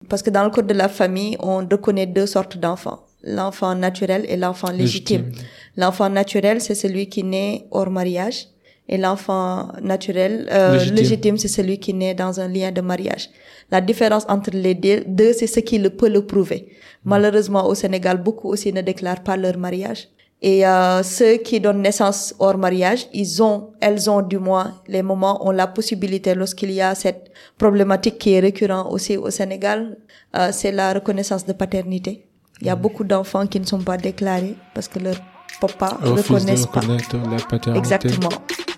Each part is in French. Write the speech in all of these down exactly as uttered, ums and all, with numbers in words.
parce que dans le code de la famille, on reconnaît deux sortes d'enfants. L'enfant naturel et l'enfant légitime. légitime. L'enfant naturel, c'est celui qui naît hors mariage. Et l'enfant naturel, euh, légitime. légitime, c'est celui qui naît dans un lien de mariage. La différence entre les deux, deux c'est ce qui le, peut le prouver. Malheureusement, au Sénégal, beaucoup aussi ne déclarent pas leur mariage. Et euh, ceux qui donnent naissance hors mariage, ils ont, elles ont du moins, les mamans ont la possibilité, lorsqu'il y a cette problématique qui est récurrente aussi au Sénégal, euh, c'est la reconnaissance de paternité. Il y a beaucoup d'enfants qui ne sont pas déclarés parce que leur papa ne reconnaissent pas. La paternité. Exactement.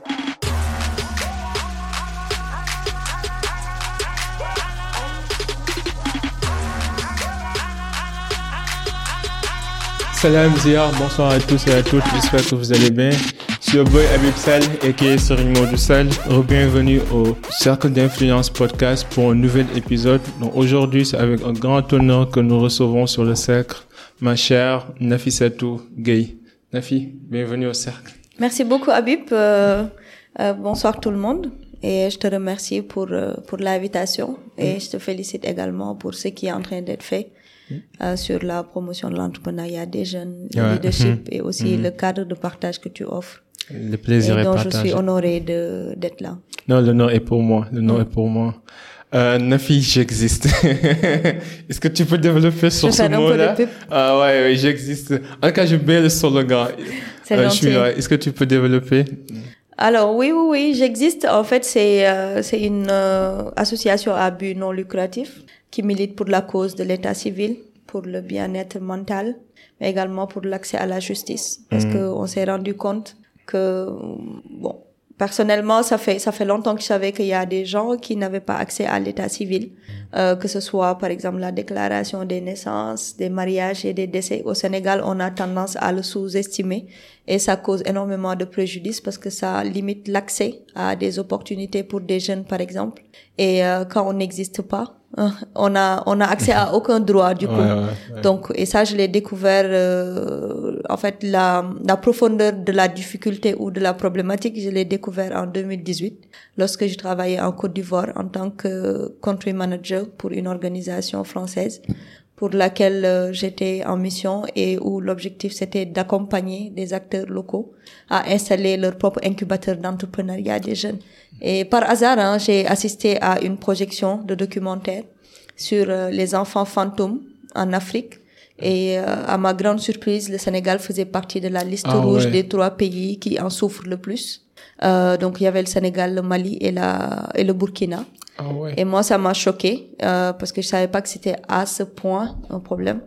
Salam Zia, bonsoir à tous et à toutes, j'espère que vous allez bien. Je suis le boy Habib Sall, aka Serigne Modou Sall. Bienvenue au Cercle d'Influence Podcast pour un nouvel épisode. Donc aujourd'hui, c'est avec un grand honneur que nous recevons sur le cercle ma chère Nafissatou Gueye. Nafi, bienvenue au cercle. Merci beaucoup Habib, euh, euh, bonsoir tout le monde. Et je te remercie pour, euh, pour l'invitation et mmh. je te félicite également pour ce qui est en train d'être fait. Euh, sur la promotion de l'entrepreneuriat des jeunes, le ouais. leadership mmh. et aussi mmh. le cadre de partage que tu offres. Le plaisir et est dont partagé. Je suis honorée de, d'être là. Non, l'honneur est pour moi. L'honneur mmh. est pour moi. Euh, Nafi, j'existe. Est-ce que tu peux développer sur je ce mot-là? Ah ouais, ouais, j'existe. En tout cas, je mets le slogan. C'est euh, gentil. Je suis là. Est-ce que tu peux développer? Alors oui, oui, oui, j'existe. En fait, c'est euh, c'est une euh, association à but non lucratif qui milite pour la cause de l'état civil, pour le bien-être mental, mais également pour l'accès à la justice. Parce mmh. que on s'est rendu compte que, bon, personnellement, ça fait ça fait longtemps que je savais qu'il y a des gens qui n'avaient pas accès à l'état civil, euh, que ce soit par exemple la déclaration des naissances, des mariages et des décès. Au Sénégal, on a tendance à le sous-estimer et ça cause énormément de préjudice parce que ça limite l'accès à des opportunités pour des jeunes, par exemple. Et euh, quand on n'existe pas, on a on a accès à aucun droit du coup. Ouais, ouais, ouais. Donc et ça je l'ai découvert euh, en fait la la profondeur de la difficulté ou de la problématique, je l'ai découvert en deux mille dix-huit lorsque je travaillais en Côte d'Ivoire en tant que country manager pour une organisation française pour laquelle euh, j'étais en mission et où l'objectif c'était d'accompagner des acteurs locaux à installer leur propre incubateur d'entrepreneuriat des jeunes. Et par hasard, hein, j'ai assisté à une projection de documentaire sur euh, les enfants fantômes en Afrique. Et euh, à ma grande surprise, le Sénégal faisait partie de la liste ah, rouge ouais. des trois pays qui en souffrent le plus. Euh, donc il y avait le Sénégal, le Mali et la et le Burkina. Ah, ouais. Et moi, ça m'a choquée euh, parce que je savais pas que c'était à ce point un problème.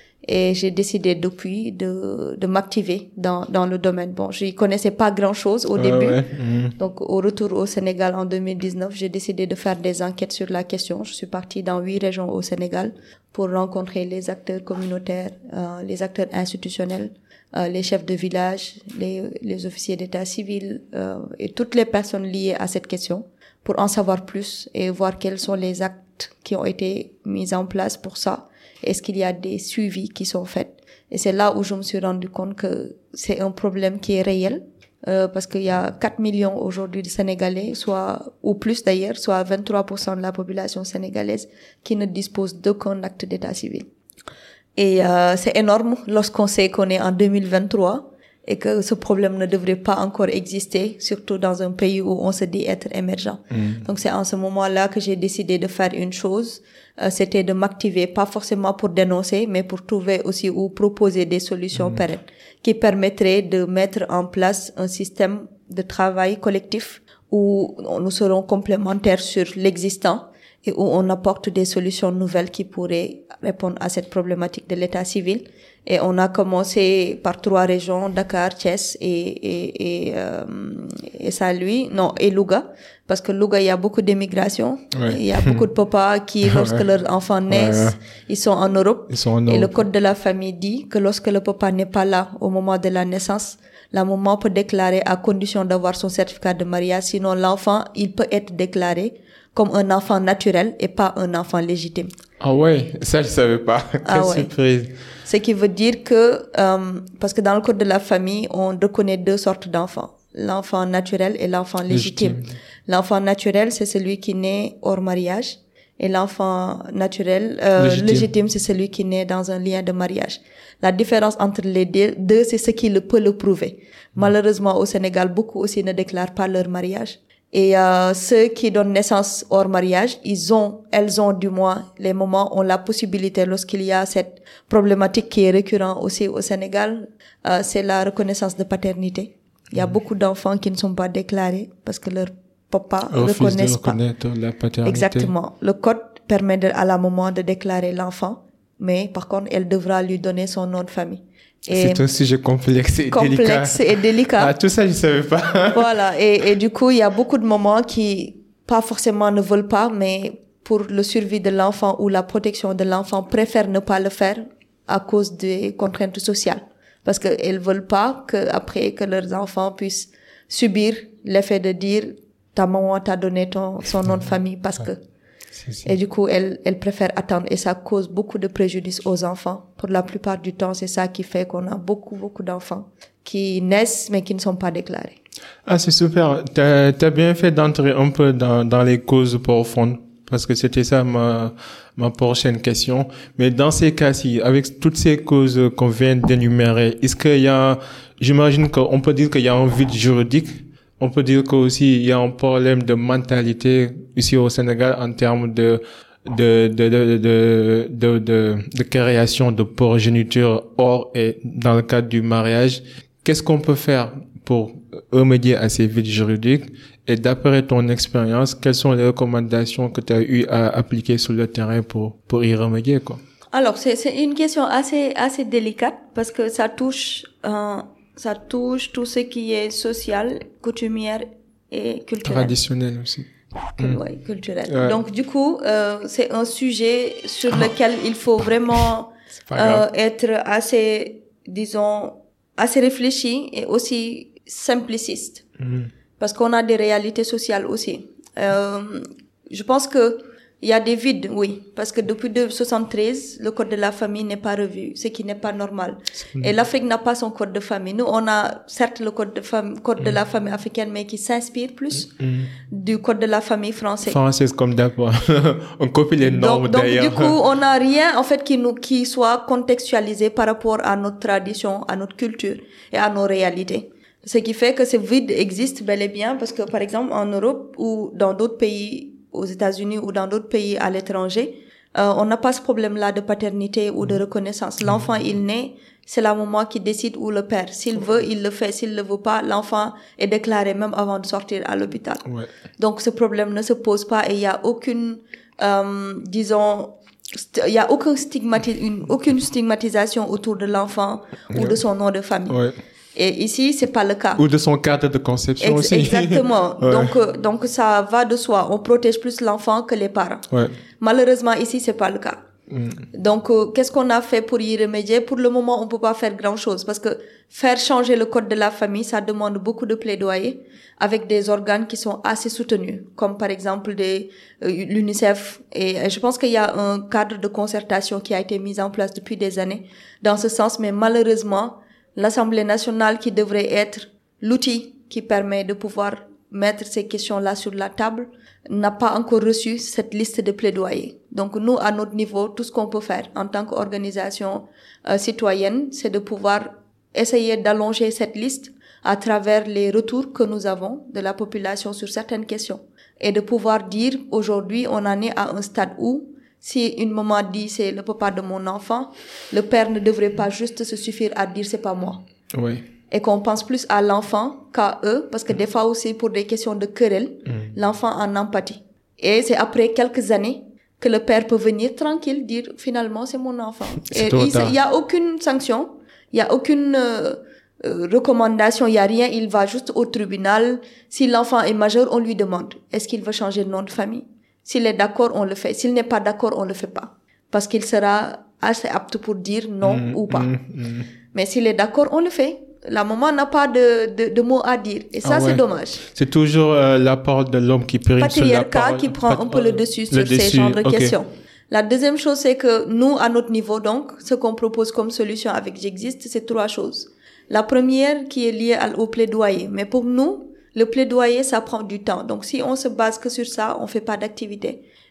Et j'ai décidé depuis de de m'activer dans dans le domaine. Bon, je connaissais pas grand-chose au ouais, début. Ouais. Mmh. Donc au retour au Sénégal en deux mille dix-neuf, j'ai décidé de faire des enquêtes sur la question. Je suis partie dans huit régions au Sénégal pour rencontrer les acteurs communautaires, euh, les acteurs institutionnels, euh, les chefs de village, les les officiers d'état civil euh, et toutes les personnes liées à cette question pour en savoir plus et voir quels sont les actes qui ont été mis en place pour ça. Est-ce qu'il y a des suivis qui sont faits? Et c'est là où je me suis rendu compte que c'est un problème qui est réel, euh, parce qu'il y a quatre millions aujourd'hui de Sénégalais, soit, ou plus d'ailleurs, soit vingt-trois pour cent de la population sénégalaise qui ne dispose d'aucun acte d'état civil. Et euh, c'est énorme lorsqu'on sait qu'on est en deux mille vingt-trois et que ce problème ne devrait pas encore exister, surtout dans un pays où on se dit être émergent. Mmh. Donc c'est en ce moment-là que j'ai décidé de faire une chose, euh, c'était de m'activer, pas forcément pour dénoncer, mais pour trouver aussi ou proposer des solutions mmh. pérennes qui permettraient de mettre en place un système de travail collectif où nous serons complémentaires sur l'existant et où on apporte des solutions nouvelles qui pourraient répondre à cette problématique de l'état civil. Et on a commencé par trois régions, Dakar, Thiès et et et, euh, et Saint-Louis, non, et Louga, parce que Louga, il y a beaucoup d'émigration. Ouais. Il y a beaucoup de papas qui, lorsque ouais. leurs enfants naissent, ouais. ils sont en Europe. Ils sont en Europe. Et le code de la famille dit que lorsque le papa n'est pas là au moment de la naissance, la maman peut déclarer à condition d'avoir son certificat de mariage, sinon l'enfant, il peut être déclaré comme un enfant naturel et pas un enfant légitime. Ah ouais, ça je savais pas. Quelle ah ouais. surprise. Ce qui veut dire que, euh, parce que dans le code de la famille, on reconnaît deux sortes d'enfants. L'enfant naturel et l'enfant légitime. légitime. L'enfant naturel, c'est celui qui naît hors mariage. Et l'enfant naturel, euh, légitime. légitime, c'est celui qui naît dans un lien de mariage. La différence entre les deux, deux c'est ce qui le, peut le prouver. Malheureusement, au Sénégal, beaucoup aussi ne déclarent pas leur mariage. Et euh, ceux qui donnent naissance hors mariage, ils ont, elles ont du moins, les mamans ont la possibilité, lorsqu'il y a cette problématique qui est récurrente aussi au Sénégal, euh, c'est la reconnaissance de paternité. Il y a mmh. beaucoup d'enfants qui ne sont pas déclarés parce que leur papa ne reconnaissent pas. La paternité. Exactement. Le code permet de, à la maman de déclarer l'enfant, mais par contre, elle devra lui donner son nom de famille. Et c'est un sujet complexe et complexe délicat. Complexe et délicat. Ah, tout ça, je savais pas. Voilà. Et, et du coup, il y a beaucoup de mamans qui, pas forcément ne veulent pas, mais pour le survie de l'enfant ou la protection de l'enfant, préfèrent ne pas le faire à cause des contraintes sociales. Parce qu'elles veulent pas que, après, que leurs enfants puissent subir l'effet de dire, ta maman t'a donné ton, son nom de famille parce que, si, si. Et du coup, elles, elles préfèrent attendre et ça cause beaucoup de préjudice aux enfants. Pour la plupart du temps, c'est ça qui fait qu'on a beaucoup, beaucoup d'enfants qui naissent mais qui ne sont pas déclarés. Ah, c'est super. T'as, t'as bien fait d'entrer un peu dans, dans les causes profondes parce que c'était ça ma, ma prochaine question. Mais dans ces cas-ci, avec toutes ces causes qu'on vient d'énumérer, est-ce qu'il y a, j'imagine qu'on peut dire qu'il y a un vide juridique. On peut dire qu'aussi il y a un problème de mentalité ici au Sénégal en termes de de de de de de de, de création de progéniture hors et dans le cadre du mariage. Qu'est-ce qu'on peut faire pour remédier à ces vides juridiques? Et d'après ton expérience, quelles sont les recommandations que tu as eu à appliquer sur le terrain pour pour y remédier, quoi? Alors c'est c'est une question assez assez délicate parce que ça touche euh, ça touche tout ce qui est social, coutumière et culturel. Traditionnel aussi. Mmh. Oui, culturel. Ouais. Donc du coup, euh, c'est un sujet sur lequel il faut vraiment euh, être assez, disons, assez réfléchi et aussi simpliciste. Mmh. Parce qu'on a des réalités sociales aussi. Euh, je pense que il y a des vides, oui, parce que depuis soixante-treize, le code de la famille n'est pas revu, ce qui n'est pas normal. Mmh. Et l'Afrique n'a pas son code de famille. Nous, on a certes le code de famille, code mmh. de la famille africaine, mais qui s'inspire plus mmh. du code de la famille français. Française comme d'abord. On copie les normes donc, d'ailleurs. Donc, du coup, on n'a rien, en fait, qui nous, qui soit contextualisé par rapport à notre tradition, à notre culture et à nos réalités. Ce qui fait que ce vide existe bel et bien parce que, par exemple, en Europe ou dans d'autres pays, aux États-Unis ou dans d'autres pays à l'étranger, euh, on n'a pas ce problème-là de paternité ou de reconnaissance. L'enfant, il naît, c'est la maman qui décide ou le père. S'il veut, il le fait. S'il ne le veut pas, l'enfant est déclaré même avant de sortir à l'hôpital. Ouais. Donc, ce problème ne se pose pas et il n'y a aucune, euh, disons, il n'y a aucun stigmatis- une, aucune stigmatisation autour de l'enfant ouais. ou de son nom de famille. Ouais. Et ici, c'est pas le cas. Ou de son cadre de conception Ex- aussi. Exactement. ouais. Donc, euh, donc ça va de soi. On protège plus l'enfant que les parents. Ouais. Malheureusement, ici, c'est pas le cas. Mm. Donc, euh, qu'est-ce qu'on a fait pour y remédier? Pour le moment, on peut pas faire grand-chose parce que faire changer le code de la famille, ça demande beaucoup de plaidoyer avec des organes qui sont assez soutenus, comme par exemple des euh, l'UNICEF. Et, et je pense qu'il y a un cadre de concertation qui a été mis en place depuis des années dans ce sens, mais malheureusement, l'Assemblée nationale, qui devrait être l'outil qui permet de pouvoir mettre ces questions-là sur la table, n'a pas encore reçu cette liste de plaidoyer. Donc nous, à notre niveau, tout ce qu'on peut faire en tant qu'organisation euh, citoyenne, c'est de pouvoir essayer d'allonger cette liste à travers les retours que nous avons de la population sur certaines questions. Et de pouvoir dire, aujourd'hui, on en est à un stade où si une maman dit c'est le papa de mon enfant, le père ne devrait pas juste se suffire à dire c'est pas moi. Oui. Et qu'on pense plus à l'enfant qu'à eux, parce que des fois aussi pour des questions de querelle, mm. l'enfant en empathie. Et c'est après quelques années que le père peut venir tranquille dire finalement c'est mon enfant. C'est Et il y a aucune sanction, il y a aucune euh, euh, recommandation, il y a rien, il va juste au tribunal. Si l'enfant est majeur, on lui demande est-ce qu'il veut changer de nom de famille. S'il est d'accord, on le fait. S'il n'est pas d'accord, on le fait pas. Parce qu'il sera assez apte pour dire non mmh, ou pas. Mmh, mmh. Mais s'il est d'accord, on le fait. La maman n'a pas de, de, de mots à dire. Et ça, ah ouais. c'est dommage. C'est toujours euh, la parole de l'homme qui prime sur la parole. qui prend Pat- un peu le dessus sur le ces dessus. genres de okay. questions. La deuxième chose, c'est que nous, à notre niveau, donc, ce qu'on propose comme solution avec J'existe, c'est trois choses. La première qui est liée au plaidoyer. Mais pour nous, le plaidoyer, ça prend du temps. Donc, si on se base que sur ça, on fait pas d'activité.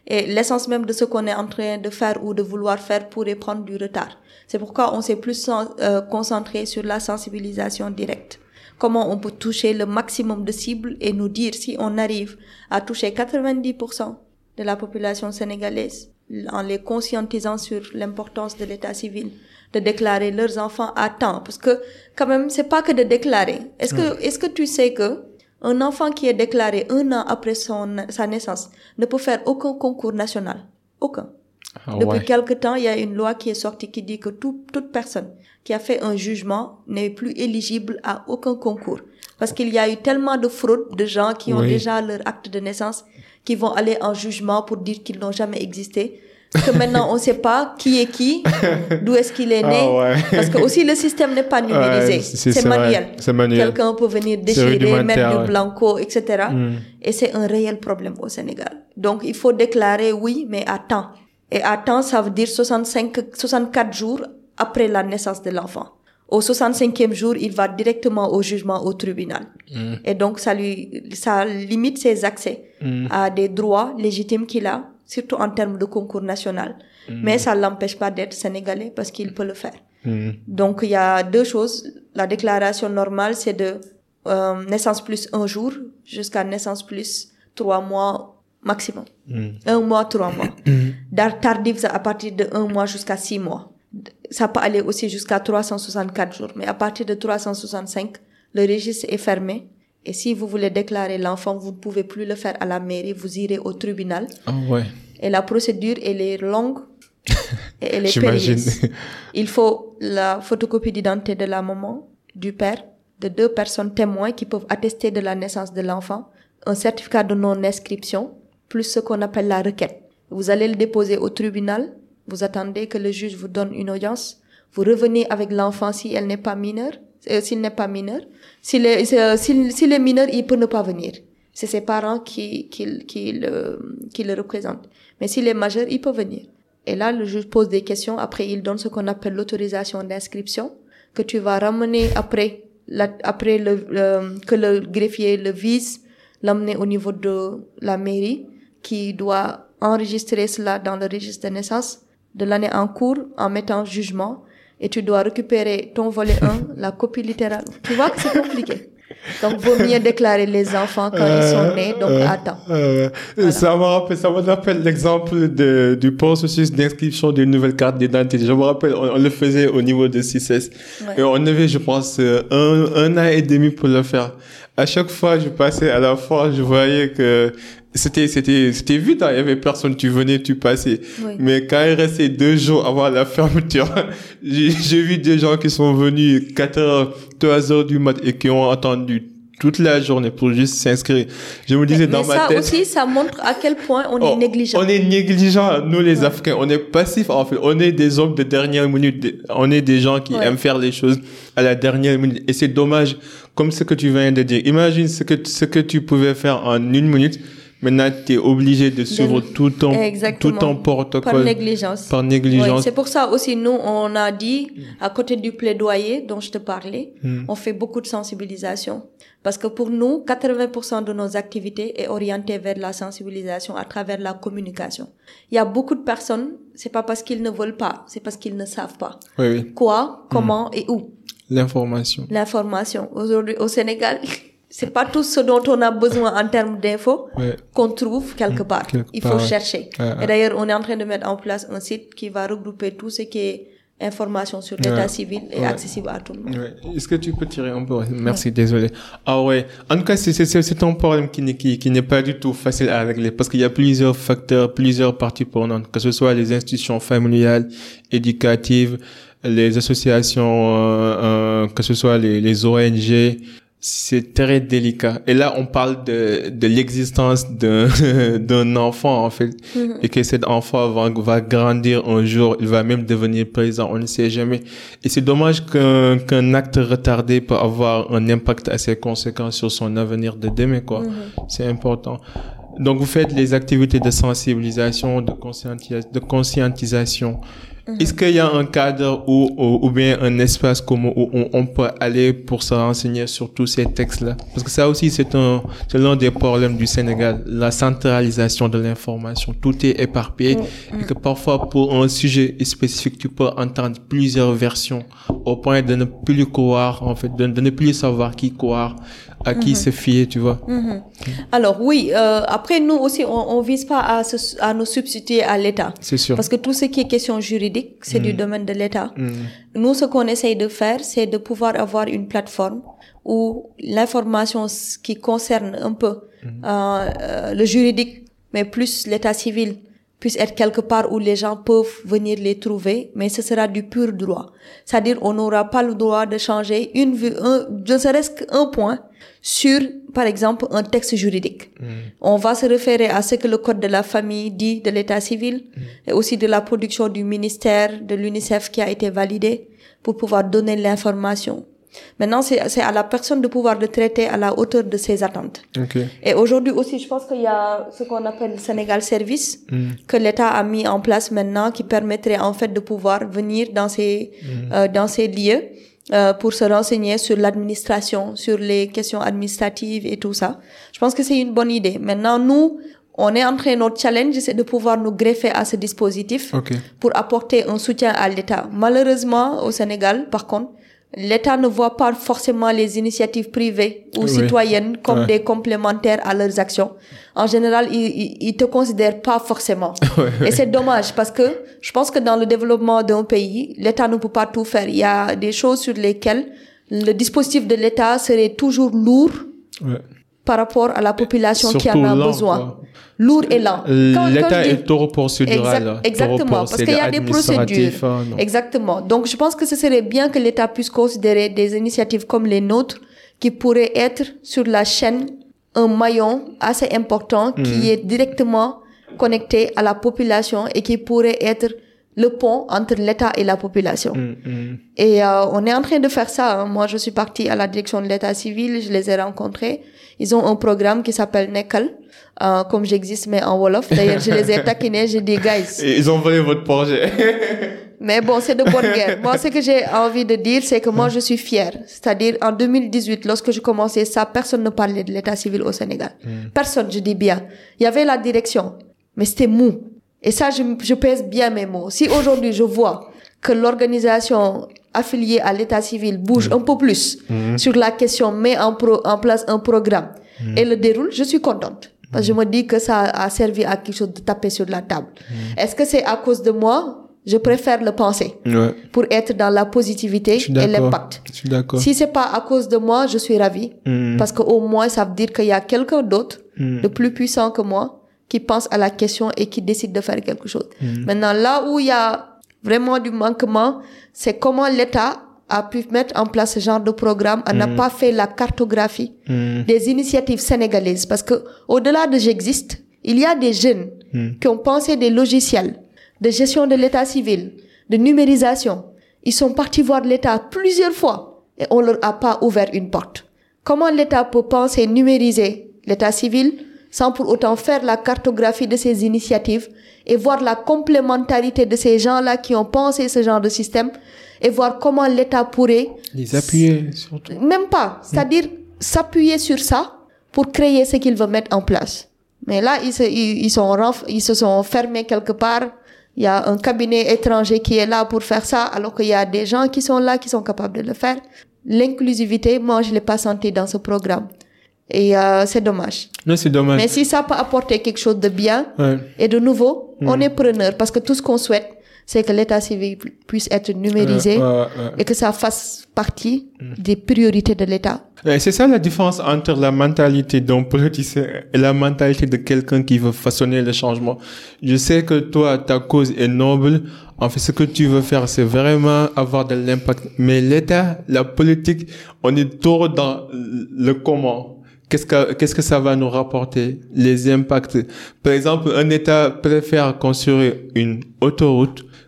Et l'essence même de ce qu'on est en train de faire ou de vouloir faire pourrait prendre du retard. C'est pourquoi on s'est plus euh, concentré sur la sensibilisation directe. Comment on peut toucher le maximum de cibles et nous dire si on arrive à toucher quatre-vingt-dix pour cent de la population sénégalaise en les conscientisant sur l'importance de l'état civil, de déclarer leurs enfants à temps. Parce que, quand même, c'est pas que de déclarer. Est-ce que, mmh. est-ce que tu sais que un enfant qui est déclaré un an après son, sa naissance ne peut faire aucun concours national? Aucun. Ah, Depuis ouais. quelque temps, il y a une loi qui est sortie qui dit que tout, toute personne qui a fait un jugement n'est plus éligible à aucun concours. Parce qu'il y a eu tellement de fraudes de gens qui ont oui. déjà leur acte de naissance, qui vont aller en jugement pour dire qu'ils n'ont jamais existé. Que maintenant, on ne sait pas qui est qui, d'où est-ce qu'il est né. Ah, ouais. Parce que aussi, le système n'est pas numérisé. Ouais, c'est, c'est, c'est, manuel. c'est manuel. Quelqu'un peut venir déchirer, mettre du blanco, et cetera. Mm. Et c'est un réel problème au Sénégal. Donc, il faut déclarer oui, mais à temps. Et à temps, ça veut dire soixante-cinq, soixante-quatre jours après la naissance de l'enfant. Au soixante-cinquième jour, il va directement au jugement au tribunal. Mm. Et donc, ça lui, ça limite ses accès mm. à des droits légitimes qu'il a, surtout en termes de concours national. Mm. Mais ça l'empêche pas d'être sénégalais parce qu'il peut le faire. Mm. Donc, il y a deux choses. La déclaration normale, c'est de euh, naissance plus un jour jusqu'à naissance plus trois mois maximum. Mm. Un mois, trois mois. Mm. Tardif, à partir de un mois jusqu'à six mois. Ça peut aller aussi jusqu'à trois cent soixante-quatre jours. Mais à partir de trois cent soixante-cinq, le registre est fermé. Et si vous voulez déclarer l'enfant, vous ne pouvez plus le faire à la mairie. Vous irez au tribunal. Oh, ouais. Et la procédure, elle est longue et elle est périlleuse. Il faut la photocopie d'identité de la maman, du père, de deux personnes témoins qui peuvent attester de la naissance de l'enfant, un certificat de non-inscription, plus ce qu'on appelle la requête. Vous allez le déposer au tribunal. Vous attendez que le juge vous donne une audience. Vous revenez avec l'enfant si elle n'est pas mineure, euh, s'il n'est pas mineur. S'il est, euh, s'il, s'il est mineur, il peut ne pas venir. C'est ses parents qui, qui, qui le, qui le représentent. Mais s'il est majeur, il peut venir. Et là, le juge pose des questions. Après, il donne ce qu'on appelle l'autorisation d'inscription, que tu vas ramener après, la, après le, le, que le greffier le vise, l'emmener au niveau de la mairie, qui doit enregistrer cela dans le registre de naissance de l'année en cours en mettant jugement, et tu dois récupérer ton volet un, la copie littérale. Tu vois que c'est compliqué. Donc, vaut mieux déclarer les enfants quand euh, ils sont nés, donc euh, à temps. Euh, voilà. Ça me rappelle, ça me rappelle l'exemple de, du processus d'inscription d'une nouvelle carte d'identité. Je me rappelle, on, on le faisait au niveau de C I S S. Ouais. Et on avait, je pense, un, un an et demi pour le faire. À chaque fois, je passais à la fois, je voyais que c'était, c'était, c'était vite, hein. Il y avait personne, tu venais, tu passais. Oui. Mais quand il restait deux jours avant la fermeture, j'ai, j'ai vu des gens qui sont venus quatre heures, trois heures du mat et qui ont attendu toute la journée pour juste s'inscrire. Je me disais mais, dans mais ma ça tête. Ça aussi, ça montre à quel point on est oh, négligent. On est négligent, nous les ouais. Africains. On est passifs, en fait. On est des hommes de dernière minute. On est des gens qui ouais. aiment faire les choses à la dernière minute. Et c'est dommage, comme ce que tu viens de dire. Imagine ce que, ce que tu pouvais faire en une minute. Maintenant, tu es obligé de suivre de... tout ton, tout ton protocole. Par négligence. Par négligence. Oui, c'est pour ça aussi, nous, on a dit, à côté du plaidoyer dont je te parlais, mm. on fait beaucoup de sensibilisation. Parce que pour nous, quatre-vingts pour cent de nos activités est orientée vers la sensibilisation à travers la communication. Il y a beaucoup de personnes, c'est pas parce qu'ils ne veulent pas, c'est parce qu'ils ne savent pas. Oui, oui. Quoi, comment mm. et où. L'information. L'information. Aujourd'hui, au Sénégal, c'est pas tout ce dont on a besoin en termes d'infos ouais. qu'on trouve quelque part. Quelque Il faut part, chercher. Ouais, ouais. Et d'ailleurs, on est en train de mettre en place un site qui va regrouper tout ce qui est information sur l'état ouais. civil et ouais. accessible à tout le monde. Ouais. Est-ce que tu peux tirer un peu? Merci, ouais. désolé. Ah ouais. En tout cas, c'est, c'est, c'est un problème qui n'est, qui, qui n'est pas du tout facile à régler parce qu'il y a plusieurs facteurs, plusieurs parties prenantes, que ce soit les institutions familiales, éducatives, les associations, euh, euh, que ce soit les, les O N G. C'est très délicat. Et là, on parle de, de l'existence d'un, d'un enfant, en fait. Mm-hmm. Et que cet enfant va, va grandir un jour. Il va même devenir président. On ne sait jamais. Et c'est dommage qu'un, qu'un acte retardé peut avoir un impact assez conséquent sur son avenir de demain, quoi. Mm-hmm. C'est important. Donc, vous faites les activités de sensibilisation, de, conscientis- de conscientisation. Mm-hmm. Est-ce qu'il y a un cadre ou, ou, ou bien un espace commun où on, on peut aller pour se renseigner sur tous ces textes-là? Parce que ça aussi, c'est un, c'est l'un des problèmes du Sénégal, la centralisation de l'information. Tout est éparpillé mm-hmm. et que parfois, pour un sujet spécifique, tu peux entendre plusieurs versions au point de ne plus croire, en fait, de, de ne plus savoir qui croire, à qui mm-hmm. se fier, tu vois. Mm-hmm. Alors oui, euh, après nous aussi, on, on vise pas à, se, à nous substituer à l'État. C'est sûr. Parce que tout ce qui est question juridique, c'est mm. du domaine de l'État. Mm. Nous, ce qu'on essaye de faire, c'est de pouvoir avoir une plateforme où l'information qui concerne un peu mm. euh, euh, le juridique, mais plus l'état civil, puisse être quelque part où les gens peuvent venir les trouver, mais ce sera du pur droit. C'est-à-dire, on n'aura pas le droit de changer une, un, ne serait-ce qu'un point sur, par exemple, un texte juridique. Mmh. On va se référer à ce que le code de la famille dit de l'état civil mmh. et aussi de la production du ministère, de l'UNICEF qui a été validé pour pouvoir donner l'information. Maintenant, c'est, c'est à la personne de pouvoir le traiter à la hauteur de ses attentes. Okay. Et aujourd'hui aussi, je pense qu'il y a ce qu'on appelle le Sénégal Service, mm. que l'État a mis en place maintenant, qui permettrait en fait de pouvoir venir dans ces, mm. euh, dans ces lieux, euh, pour se renseigner sur l'administration, sur les questions administratives et tout ça. Je pense que c'est une bonne idée. Maintenant, nous, on est en train, notre challenge, c'est de pouvoir nous greffer à ce dispositif okay. pour apporter un soutien à l'État. Malheureusement, au Sénégal, par contre, l'État ne voit pas forcément les initiatives privées ou oui. citoyennes comme ouais. des complémentaires à leurs actions. En général, ils, ils, ils te considèrent pas forcément. Ouais, et c'est dommage parce que je pense que dans le développement d'un pays, l'État ne peut pas tout faire. Il y a des choses sur lesquelles le dispositif de l'État serait toujours lourd ouais. par rapport à la population Surtout qui en a lent, besoin. Quoi. Lourd et lent. Quand, L'État quand dis... est trop procédural. Exact, exactement, parce qu'il y a des procédures. Hein, exactement. Donc, je pense que ce serait bien que l'État puisse considérer des initiatives comme les nôtres qui pourraient être sur la chaîne un maillon assez important mmh. qui est directement connecté à la population et qui pourrait être le pont entre l'État et la population. Mmh, mmh. Et euh, on est en train de faire ça. Hein. Moi, je suis partie à la direction de l'État civil, je les ai rencontrés. Ils ont un programme qui s'appelle Nekkal, euh, comme j'existe, mais en Wolof. D'ailleurs, je les ai taquinés, j'ai dit, guys. Et ils ont volé votre projet. Mais bon, c'est de bonne guerre. Moi, ce que j'ai envie de dire, c'est que moi, je suis fière. C'est-à-dire, en deux mille dix-huit, lorsque je commençais ça, personne ne parlait de l'État civil au Sénégal. Mm. Personne, je dis bien. Il y avait la direction, mais c'était mou. Et ça, je, je pèse bien mes mots. Si aujourd'hui, je vois que l'organisation affiliée à l'état civil bouge mmh. un peu plus mmh. sur la question, met en, pro, en place un programme mmh. et le déroule, je suis contente. Parce que je me dis que ça a servi à quelque chose de taper sur la table. Mmh. Est-ce que c'est à cause de moi? Je préfère le penser ouais. pour être dans la positivité et l'impact. Je suis d'accord. Si c'est pas à cause de moi, je suis ravie. Mmh. Parce qu'au moins, ça veut dire qu'il y a quelqu'un d'autre mmh. de plus puissant que moi qui pense à la question et qui décide de faire quelque chose. Mmh. Maintenant, là où il y a vraiment du manquement, c'est comment l'État a pu mettre en place ce genre de programme, on mmh. n'a pas fait la cartographie mmh. des initiatives sénégalaises. Parce que, au-delà de j'existe, il y a des jeunes mmh. qui ont pensé des logiciels de gestion de l'état civil, de numérisation. Ils sont partis voir l'État plusieurs fois et on leur a pas ouvert une porte. Comment l'État peut penser numériser l'état civil sans pour autant faire la cartographie de ces initiatives et voir la complémentarité de ces gens-là qui ont pensé ce genre de système et voir comment l'État pourrait... Les appuyer, surtout. Même pas. C'est-à-dire mmh. s'appuyer sur ça pour créer ce qu'il veut mettre en place. Mais là, ils se, ils, ils, sont, ils se sont fermés quelque part. Il y a un cabinet étranger qui est là pour faire ça, alors qu'il y a des gens qui sont là, qui sont capables de le faire. L'inclusivité, moi, je l'ai pas senti dans ce programme. Et euh, c'est dommage. Non, c'est dommage. Mais si ça peut apporter quelque chose de bien ouais. et de nouveau, mmh. on est preneur. Parce que tout ce qu'on souhaite, c'est que l'état civil puisse être numérisé euh, ouais, ouais. et que ça fasse partie mmh. des priorités de l'État. Et c'est ça la différence entre la mentalité d'un politicien et la mentalité de quelqu'un qui veut façonner le changement. Je sais que toi, ta cause est noble. En fait, ce que tu veux faire, c'est vraiment avoir de l'impact. Mais l'État, la politique, on est trop dans le comment. Qu'est-ce que, qu'est-ce que ça va nous rapporter? Les impacts. Par exemple, un État préfère construire une autoroute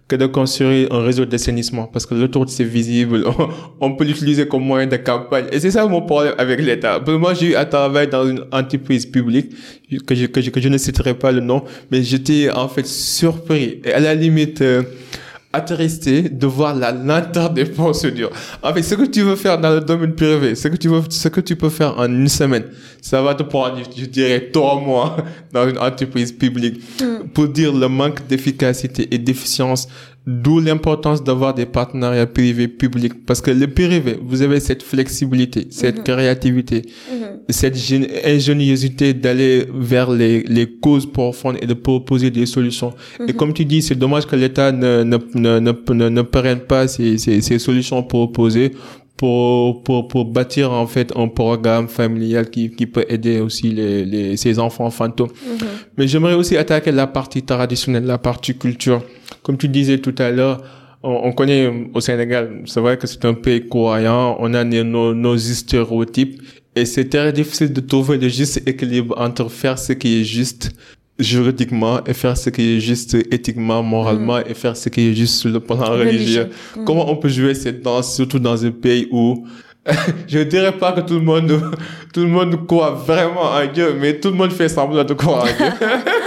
que de construire un réseau d'assainissement, parce que l'autoroute, c'est visible, on, on peut l'utiliser comme moyen de campagne. Et c'est ça mon problème avec l'État. Parce que moi, j'ai eu à travailler dans une entreprise publique, que je, que je, que je ne citerai pas le nom, mais j'étais en fait surpris. Et à la limite, euh, attristé de voir la lenteur des procédures. En fait, ce que tu veux faire dans le domaine privé, ce que tu veux, ce que tu peux faire en une semaine, ça va te prendre, je dirais, trois mois dans une entreprise publique. Mm. Pour dire le manque d'efficacité et d'efficience, d'où l'importance d'avoir des partenariats privés-publics. Parce que le privé, vous avez cette flexibilité, cette mm-hmm. créativité, mm-hmm. cette ingéniosité d'aller vers les, les causes profondes et de proposer des solutions. Mm-hmm. Et comme tu dis, c'est dommage que l'État ne, ne, ne, ne, ne, ne prenne pas ces, ces, ces solutions proposées pour, pour, pour bâtir en fait un programme familial qui, qui peut aider aussi les, les, ces enfants fantômes. Mm-hmm. Mais j'aimerais aussi attaquer la partie traditionnelle, la partie culture. Comme tu disais tout à l'heure, on, on connaît au Sénégal, c'est vrai que c'est un pays croyant, on a nos, nos stéréotypes et c'est très difficile de trouver le juste équilibre entre faire ce qui est juste juridiquement et faire ce qui est juste éthiquement, moralement mmh. et faire ce qui est juste sur le plan religieux. religieux. Mmh. Comment on peut jouer cette danse, surtout dans un pays où je dirais pas que tout le monde, tout le monde croit vraiment en Dieu, mais tout le monde fait semblant de croire en Dieu.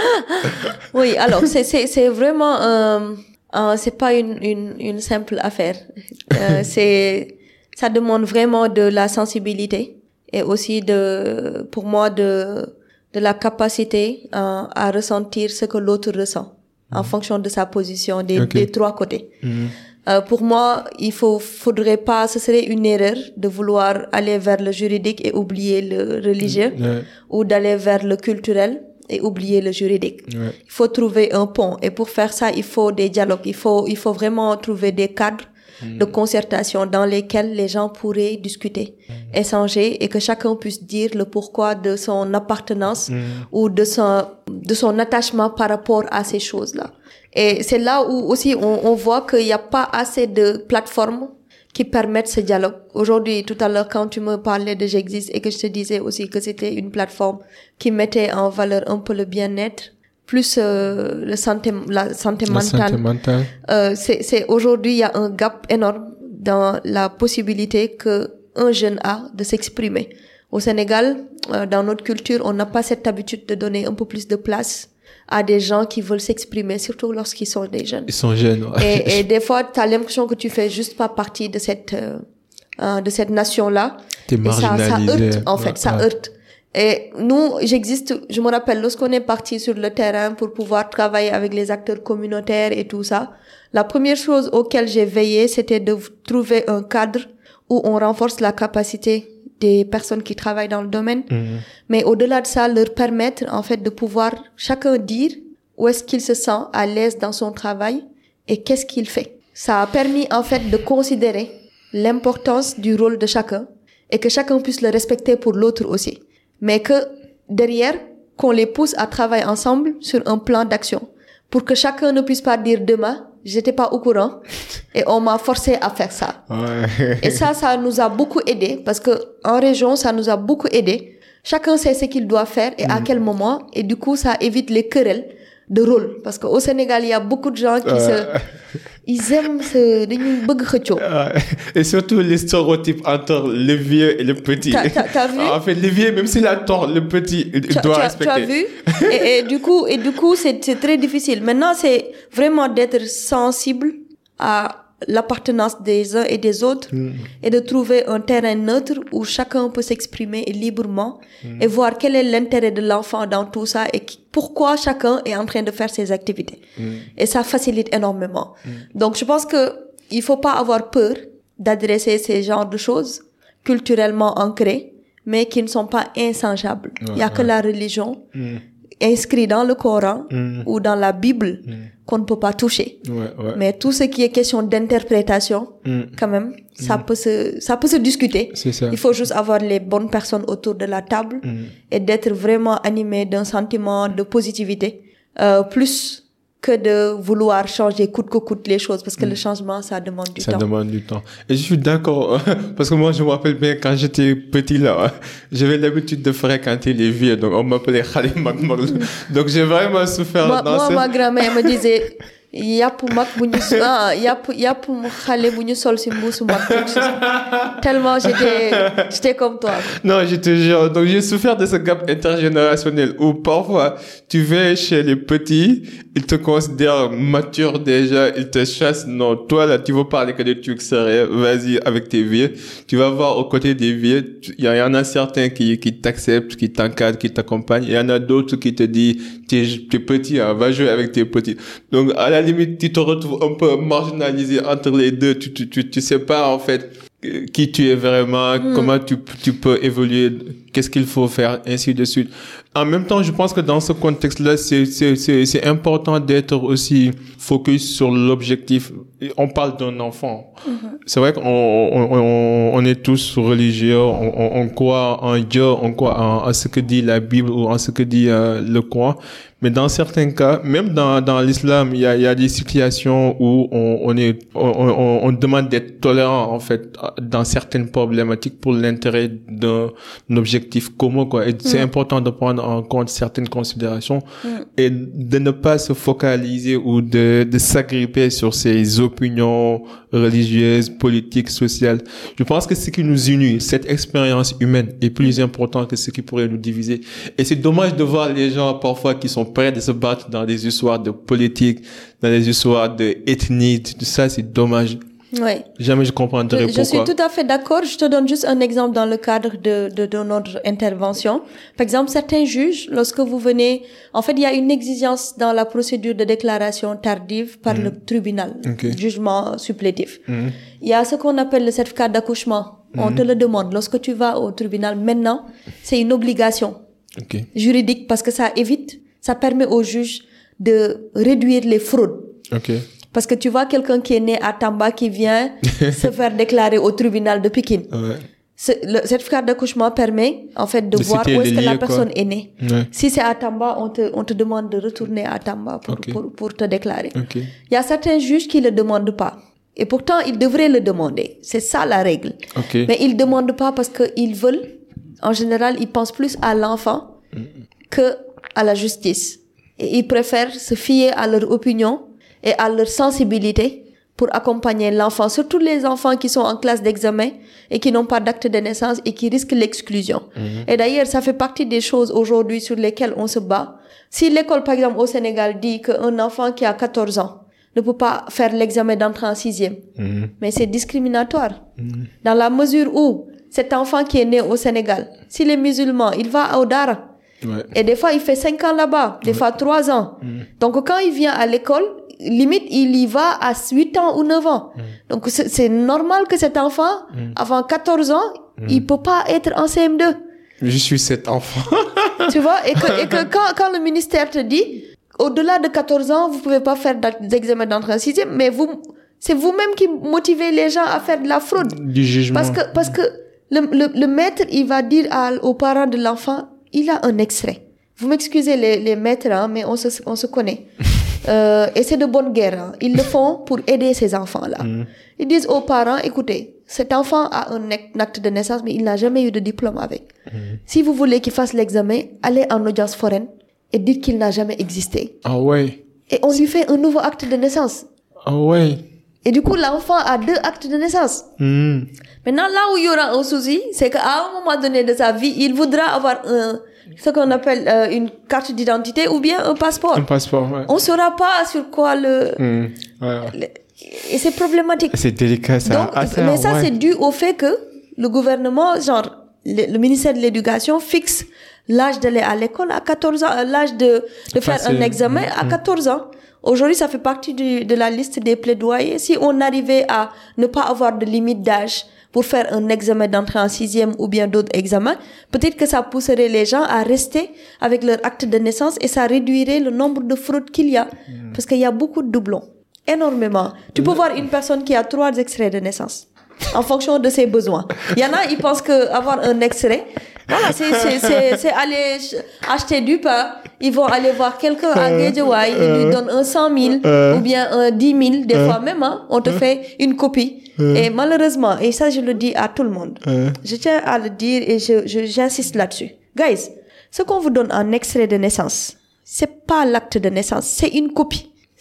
Oui, alors c'est c'est c'est vraiment euh, euh, c'est pas une une une simple affaire. Euh, c'est ça demande vraiment de la sensibilité et aussi de pour moi de de la capacité euh, à ressentir ce que l'autre ressent mmh. en fonction de sa position des okay. des trois côtés. Mmh. Euh, pour moi, il faut, faudrait pas, ce serait une erreur de vouloir aller vers le juridique et oublier le religieux, ouais. ou d'aller vers le culturel et oublier le juridique. Ouais. Il faut trouver un pont. Et pour faire ça, il faut des dialogues. Il faut, il faut vraiment trouver des cadres mmh. de concertation dans lesquels les gens pourraient discuter, mmh. échanger et que chacun puisse dire le pourquoi de son appartenance mmh. ou de son, de son attachement par rapport à ces choses-là. Et c'est là où aussi on, on voit qu'il n'y a pas assez de plateformes qui permettent ce dialogue. Aujourd'hui, tout à l'heure, quand tu me parlais de J'existe et que je te disais aussi que c'était une plateforme qui mettait en valeur un peu le bien-être, plus euh, le santé, la santé la mentale. Santé mentale. Euh, c'est, c'est aujourd'hui, il y a un gap énorme dans la possibilité que un jeune a de s'exprimer. Au Sénégal, euh, dans notre culture, on n'a pas cette habitude de donner un peu plus de place à des gens qui veulent s'exprimer, surtout lorsqu'ils sont des jeunes. Ils sont jeunes, ouais. Et, et des fois, tu as l'impression que tu fais juste pas partie de cette, euh, de cette nation-là. T'es marginalisé. Et ça, ça heurte, en fait, ouais, ça ouais. heurte. Et nous, j'existe, je me rappelle, lorsqu'on est parti sur le terrain pour pouvoir travailler avec les acteurs communautaires et tout ça, la première chose auquel j'ai veillé, c'était de trouver un cadre où on renforce la capacité des personnes qui travaillent dans le domaine, mmh. mais au-delà de ça, leur permettre en fait de pouvoir chacun dire où est-ce qu'il se sent à l'aise dans son travail et qu'est-ce qu'il fait. Ça a permis en fait de considérer l'importance du rôle de chacun et que chacun puisse le respecter pour l'autre aussi. Mais que derrière, qu'on les pousse à travailler ensemble sur un plan d'action pour que chacun ne puisse pas dire demain, j'étais pas au courant et on m'a forcé à faire ça. Ouais. Et ça, ça nous a beaucoup aidé parce que en région, ça nous a beaucoup aidé. Chacun sait ce qu'il doit faire et mmh. à quel moment. Et du coup, ça évite les querelles de rôle. Parce qu'au Sénégal, il y a beaucoup de gens qui euh... se... Ils aiment ce... Et surtout les stéréotypes entre le vieux et le petit. T'as, t'as, t'as vu? En fait, le vieux, même s'il a tort, le petit il tu, doit tu, respecter. Tu as vu? et, et du coup, et du coup, c'est, c'est très difficile. Maintenant, c'est vraiment d'être sensible à l'appartenance des uns et des autres mmh. et de trouver un terrain neutre où chacun peut s'exprimer librement mmh. et voir quel est l'intérêt de l'enfant dans tout ça et pourquoi chacun est en train de faire ses activités. Mmh. Et ça facilite énormément. Mmh. Donc, je pense que il faut pas avoir peur d'adresser ces genres de choses culturellement ancrées, mais qui ne sont pas inchangeables. Ouais, il y a ouais. que la religion mmh. inscrite dans le Coran mmh. ou dans la Bible mmh. qu'on ne peut pas toucher. Ouais, ouais. Mais tout ce qui est question d'interprétation, mmh. quand même, ça mmh. peut se, ça peut se discuter. C'est ça. Il faut juste avoir les bonnes personnes autour de la table mmh. et d'être vraiment animé d'un sentiment de positivité, euh, plus que de vouloir changer coûte que coûte les choses, parce que mmh. le changement, ça demande du ça temps. Ça demande du temps. Et je suis d'accord, parce que moi, je me rappelle bien, quand j'étais petit là, j'avais l'habitude de fréquenter les vieux, donc on m'appelait Khalim Magmar. Donc j'ai vraiment souffert moi, dans moi, ce... ma grand-mère me disait, yàpp mag bu ñu ah yàpp yàpp xale bu ñu sol si mbuusu mag tellement j'étais j'étais comme toi. Non, je te jure. Donc j'ai souffert de ce gap intergénérationnel où parfois tu vas chez les petits, ils te considèrent mature déjà, ils te chassent. Non, toi là, tu veux parler que des trucs sérieux, vas-y avec tes vieux. Tu vas voir aux côtés des vieux, il y, y en a certains qui qui t'acceptent, qui t'encadrent, qui t'accompagnent. Il y en a d'autres qui te disent t'es t'es petit, hein, va jouer avec tes petits. Donc à la limite, tu te retrouves un peu marginalisé entre les deux. Tu tu tu tu sais pas en fait qui tu es vraiment, mm. comment tu tu peux évoluer, qu'est-ce qu'il faut faire, ainsi de suite. En même temps, je pense que dans ce contexte-là, c'est c'est c'est c'est important d'être aussi focus sur l'objectif. On parle d'un enfant. Mm-hmm. C'est vrai qu'on on, on, on est tous religieux, on, on, on croit en Dieu, on croit en, en ce que dit la Bible ou en ce que dit euh, le Coran. Mais dans certains cas, même dans dans l'islam, il y a il y a des situations où on on est on on, on demande d'être tolérant en fait dans certaines problématiques pour l'intérêt d'un objectif commun quoi. Et mm. c'est important de prendre en compte certaines considérations mm. et de ne pas se focaliser ou de de s'agripper sur ses opinions religieuses, politiques, sociales. Je pense que ce qui nous unit, cette expérience humaine, est plus important que ce qui pourrait nous diviser. Et c'est dommage de voir les gens parfois qui sont prêts de se battre dans des histoires de politique, dans des histoires de ethnie, tout ça, c'est dommage. Oui. Jamais je comprendrai je, pourquoi. Je suis tout à fait d'accord. Je te donne juste un exemple dans le cadre de, de, de notre intervention. Par exemple, certains juges, lorsque vous venez, en fait, il y a une exigence dans la procédure de déclaration tardive par mmh. le tribunal, okay. jugement supplétif. Mmh. Il y a ce qu'on appelle le certificat d'accouchement. Mmh. On te le demande. Lorsque tu vas au tribunal, maintenant, c'est une obligation okay. juridique parce que ça évite, ça permet aux juges de réduire les fraudes. Okay. Parce que tu vois quelqu'un qui est né à Tamba qui vient se faire déclarer au tribunal de Pékin. Ouais. Ce, le certificat d'accouchement permet en fait de, de voir où est-ce que la personne quoi. est née. Ouais. Si c'est à Tamba, on te on te demande de retourner à Tamba pour okay. pour pour te déclarer. Okay. Il y a certains juges qui le demandent pas. Et pourtant, ils devraient le demander. C'est ça la règle. Okay. Mais ils demandent pas parce que ils veulent. En général, ils pensent plus à l'enfant mm. que à la justice. Et ils préfèrent se fier à leur opinion et à leur sensibilité pour accompagner l'enfant, surtout les enfants qui sont en classe d'examen et qui n'ont pas d'acte de naissance et qui risquent l'exclusion. Mm-hmm. Et d'ailleurs, ça fait partie des choses aujourd'hui sur lesquelles on se bat. Si l'école, par exemple, au Sénégal dit qu'un enfant qui a quatorze ans ne peut pas faire l'examen d'entrée en sixième, mm-hmm. mais c'est discriminatoire. Mm-hmm. Dans la mesure où cet enfant qui est né au Sénégal, s'il est musulman, il va au Dara. Ouais. Et des fois, il fait cinq ans là-bas, des ouais. fois trois ans. Mm-hmm. Donc, quand il vient à l'école, limite, il y va à huit ans ou neuf ans. Mm. Donc, c'est, c'est normal que cet enfant, mm. avant quatorze ans, mm. il peut pas être en C M deux. Je suis cet enfant. Tu vois, et que, et que quand, quand le ministère te dit, au-delà de quatorze ans, vous pouvez pas faire d'examen d'entrée en sixième, mais vous, c'est vous-même qui motivez les gens à faire de la fraude. Du jugement. Parce que, parce que le, le, le maître, il va dire à, aux parents de l'enfant, il a un extrait. Vous m'excusez les, les maîtres, hein, mais on se, on se connaît. Euh, et c'est de bonne guerre. Hein. Ils le font pour aider ces enfants-là. Mmh. Ils disent aux parents, écoutez, cet enfant a un acte de naissance, mais il n'a jamais eu de diplôme avec. Mmh. Si vous voulez qu'il fasse l'examen, allez en audience foraine et dites qu'il n'a jamais existé. Ah ouais. Et on lui fait un nouveau acte de naissance. Ah ouais. Et du coup, l'enfant a deux actes de naissance. Mmh. Maintenant, là où il y aura un souci, c'est qu'à un moment donné de sa vie, il voudra avoir un... ce qu'on appelle euh, une carte d'identité ou bien un passeport. Un passeport, ouais. On saura pas sur quoi le... Mmh, ouais, ouais. le et c'est problématique. C'est délicat, ça. Donc, ah, ça mais ça, ouais. c'est dû au fait que le gouvernement, genre, le, le ministère de l'Éducation fixe l'âge d'aller à l'école à quatorze ans, l'âge de, de faire un examen mmh, à quatorze ans. Aujourd'hui, ça fait partie du, de la liste des plaidoyers. Si on arrivait à ne pas avoir de limite d'âge pour faire un examen d'entrée en sixième ou bien d'autres examens, peut-être que ça pousserait les gens à rester avec leur acte de naissance et ça réduirait le nombre de fraudes qu'il y a. Mmh. Parce qu'il y a beaucoup de doublons. Énormément. Tu peux voir une personne qui a trois extraits de naissance en fonction de ses besoins. Il y en a, ils pensent que avoir un extrait, voilà, c'est, c'est, c'est, c'est aller acheter du pain. Ils vont aller voir quelqu'un à Guédiawaye, ils lui donnent un cent mille ou bien un dix mille, des fois même, hein, on te fait une copie. Et malheureusement, et ça je le dis à tout le monde, je tiens à le dire et je, je, j'insiste là-dessus. Guys, ce qu'on vous donne en extrait de naissance, c'est pas l'acte de naissance, c'est une copie.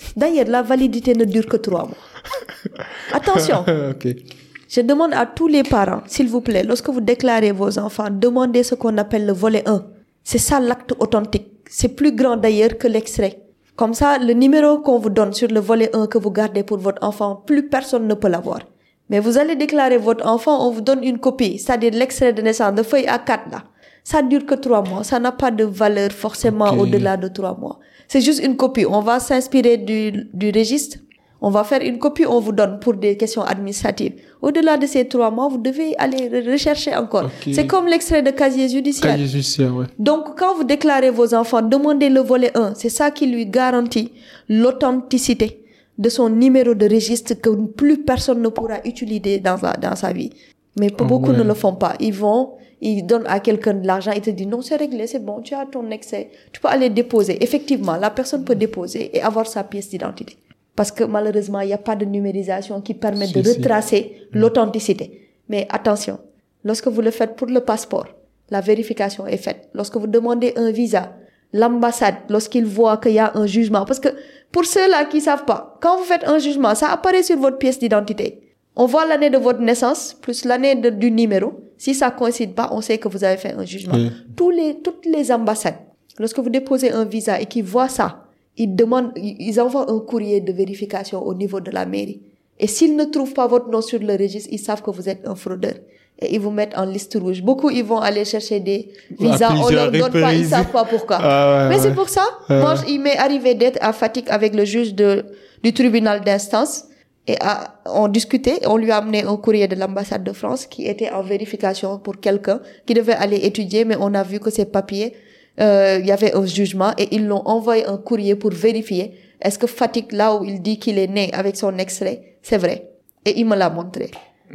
D'ailleurs, la validité ne dure que trois mois. Attention. Okay. Je demande à tous les parents, s'il vous plaît, lorsque vous déclarez vos enfants, demandez ce qu'on appelle le volet un. C'est ça l'acte authentique. C'est plus grand d'ailleurs que l'extrait. Comme ça, le numéro qu'on vous donne sur le volet un que vous gardez pour votre enfant, plus personne ne peut l'avoir. Mais vous allez déclarer votre enfant, on vous donne une copie, c'est-à-dire l'extrait de naissance de feuille A quatre là. Ça dure que trois mois. Ça n'a pas de valeur forcément okay. au-delà de trois mois. C'est juste une copie. On va s'inspirer du, du registre. On va faire une copie, on vous donne pour des questions administratives. Au-delà de ces trois mois, vous devez aller rechercher encore. Okay. C'est comme l'extrait de casier judiciaire. Casier judiciaire, ouais. Donc, quand vous déclarez vos enfants, demandez le volet un. C'est ça qui lui garantit l'authenticité de son numéro de registre que plus personne ne pourra utiliser dans sa, dans sa vie. Mais oh, beaucoup ouais. ne le font pas. Ils vont, ils donnent à quelqu'un de l'argent, ils te disent non, c'est réglé, c'est bon, tu as ton excès. Tu peux aller déposer. Effectivement, la personne peut déposer et avoir sa pièce d'identité. Parce que malheureusement, il n'y a pas de numérisation qui permet si, de retracer si. l'authenticité. Mais attention, lorsque vous le faites pour le passeport, la vérification est faite. Lorsque vous demandez un visa, l'ambassade, lorsqu'ils voient qu'il y a un jugement, parce que pour ceux-là qui ne savent pas, quand vous faites un jugement, ça apparaît sur votre pièce d'identité. On voit l'année de votre naissance, plus l'année de, du numéro. Si ça ne coïncide pas, on sait que vous avez fait un jugement. Oui. Tous les, toutes les ambassades, lorsque vous déposez un visa et qu'ils voient ça, ils demandent, ils envoient un courrier de vérification au niveau de la mairie. Et s'ils ne trouvent pas votre nom sur le registre, ils savent que vous êtes un fraudeur. Et ils vous mettent en liste rouge. Beaucoup, ils vont aller chercher des visas, on leur donne pas, ils savent pas pourquoi. Ah ouais, Mais ouais. c'est pour ça, ah moi, ouais. il m'est arrivé d'être à Fatick avec le juge de, du tribunal d'instance. Et à, on discutait, on lui a amené un courrier de l'ambassade de France qui était en vérification pour quelqu'un qui devait aller étudier, mais on a vu que ses papiers, euh, il y avait un jugement et ils l'ont envoyé un courrier pour vérifier est-ce que Fatick, là où il dit qu'il est né avec son extrait, c'est vrai. Et il me l'a montré.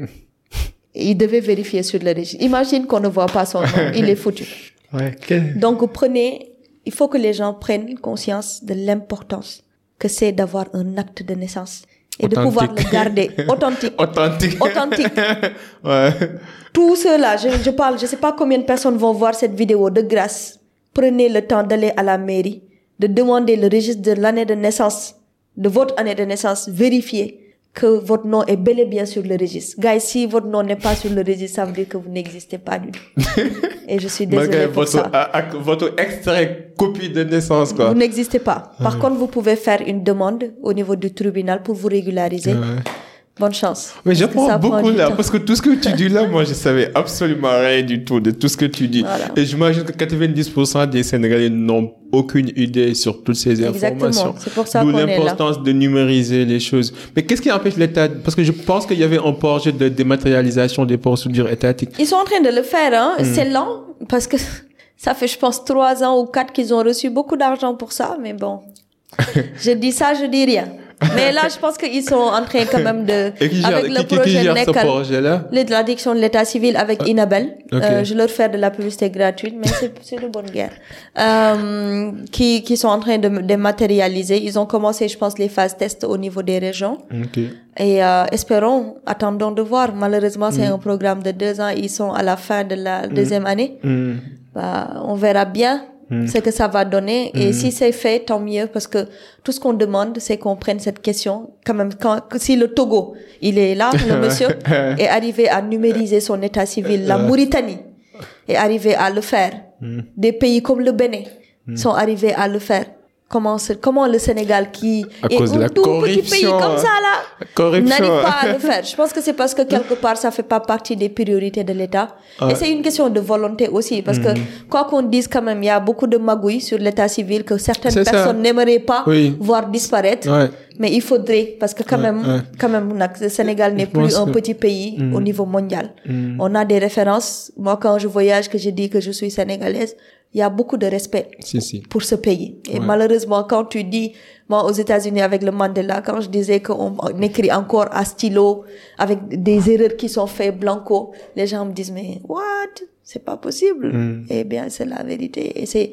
Et il devait vérifier sur le registre. Imagine qu'on ne voit pas son nom, il est foutu. Ouais, quel... Donc prenez, il faut que les gens prennent conscience de l'importance que c'est d'avoir un acte de naissance. Et authentique. De pouvoir le garder authentique. Authentique. Authentique. Ouais. Tous ceux-là, je, je parle, je sais pas combien de personnes vont voir cette vidéo. De grâce, prenez le temps d'aller à la mairie, de demander le registre de l'année de naissance, de votre année de naissance, vérifier que votre nom est bel et bien sur le registre. Guys, si votre nom n'est pas sur le registre, ça veut dire que vous n'existez pas du tout. Et je suis désolée pour votre, ça. À, à, votre extrait copie de naissance, quoi. Vous n'existez pas. Par ah. contre, vous pouvez faire une demande au niveau du tribunal pour vous régulariser. Ah. Bonne chance. Mais j'apprends beaucoup là, parce que tout ce que tu dis là, moi, je savais absolument rien du tout de tout ce que tu dis. Voilà. Et j'imagine que quatre-vingt-dix pour cent des Sénégalais n'ont aucune idée sur toutes ces informations. Exactement. C'est pour ça qu'on est là. D'où l'importance de numériser les choses. Mais qu'est-ce qui empêche l'État? Parce que je pense qu'il y avait un projet de dématérialisation des procédures étatiques. Ils sont en train de le faire, hein. Mm. C'est lent, parce que ça fait, je pense, trois ans ou quatre qu'ils ont reçu beaucoup d'argent pour ça, mais bon. Je dis ça, je dis rien. Mais là, je pense qu'ils sont en train quand même de... Et qui gère, avec le qui, projet qui gère ce projet-là? L'addiction de l'état civil avec ah, Inabel. Okay. Euh, je leur fais de la publicité gratuite, mais c'est, c'est de bonne guerre. Euh, qui, qui sont en train de dématérialiser. Ils ont commencé, je pense, les phases tests au niveau des régions. Okay. Et euh, espérons, attendons de voir. Malheureusement, c'est mm. un programme de deux ans. Ils sont à la fin de la deuxième mm. année. Mm. Bah, on verra bien. Mm. ce que ça va donner. Mm. Et si c'est fait, tant mieux, parce que tout ce qu'on demande, c'est qu'on prenne cette question. Quand même, quand, si le Togo, il est là, le monsieur, est arrivé à numériser son état civil, la Mauritanie est arrivé à le faire. Mm. Des pays comme le Bénin mm. sont arrivés à le faire. Comment, comment le Sénégal, qui à est un tout petit pays comme ça, là, n'arrive pas à le faire. Je pense que c'est parce que quelque part, ça fait pas partie des priorités de l'État. Ouais. Et c'est une question de volonté aussi. Parce mmh. que, quoi qu'on dise quand même, il y a beaucoup de magouilles sur l'État civil que certaines c'est personnes ça. N'aimeraient pas oui. voir disparaître. Ouais. Mais il faudrait, parce que quand ouais. même, ouais. quand même, le Sénégal n'est plus un que... petit pays mmh. au niveau mondial. Mmh. On a des références. Moi, quand je voyage, que je dis que je suis sénégalaise, il y a beaucoup de respect si, si. pour ce pays. Et ouais. malheureusement, quand tu dis, moi, aux États-Unis avec le Mandela, quand je disais qu'on écrit encore à stylo, avec des erreurs qui sont faites blanco, les gens me disent, mais what? C'est pas possible. Mm. Eh bien, c'est la vérité. Et c'est,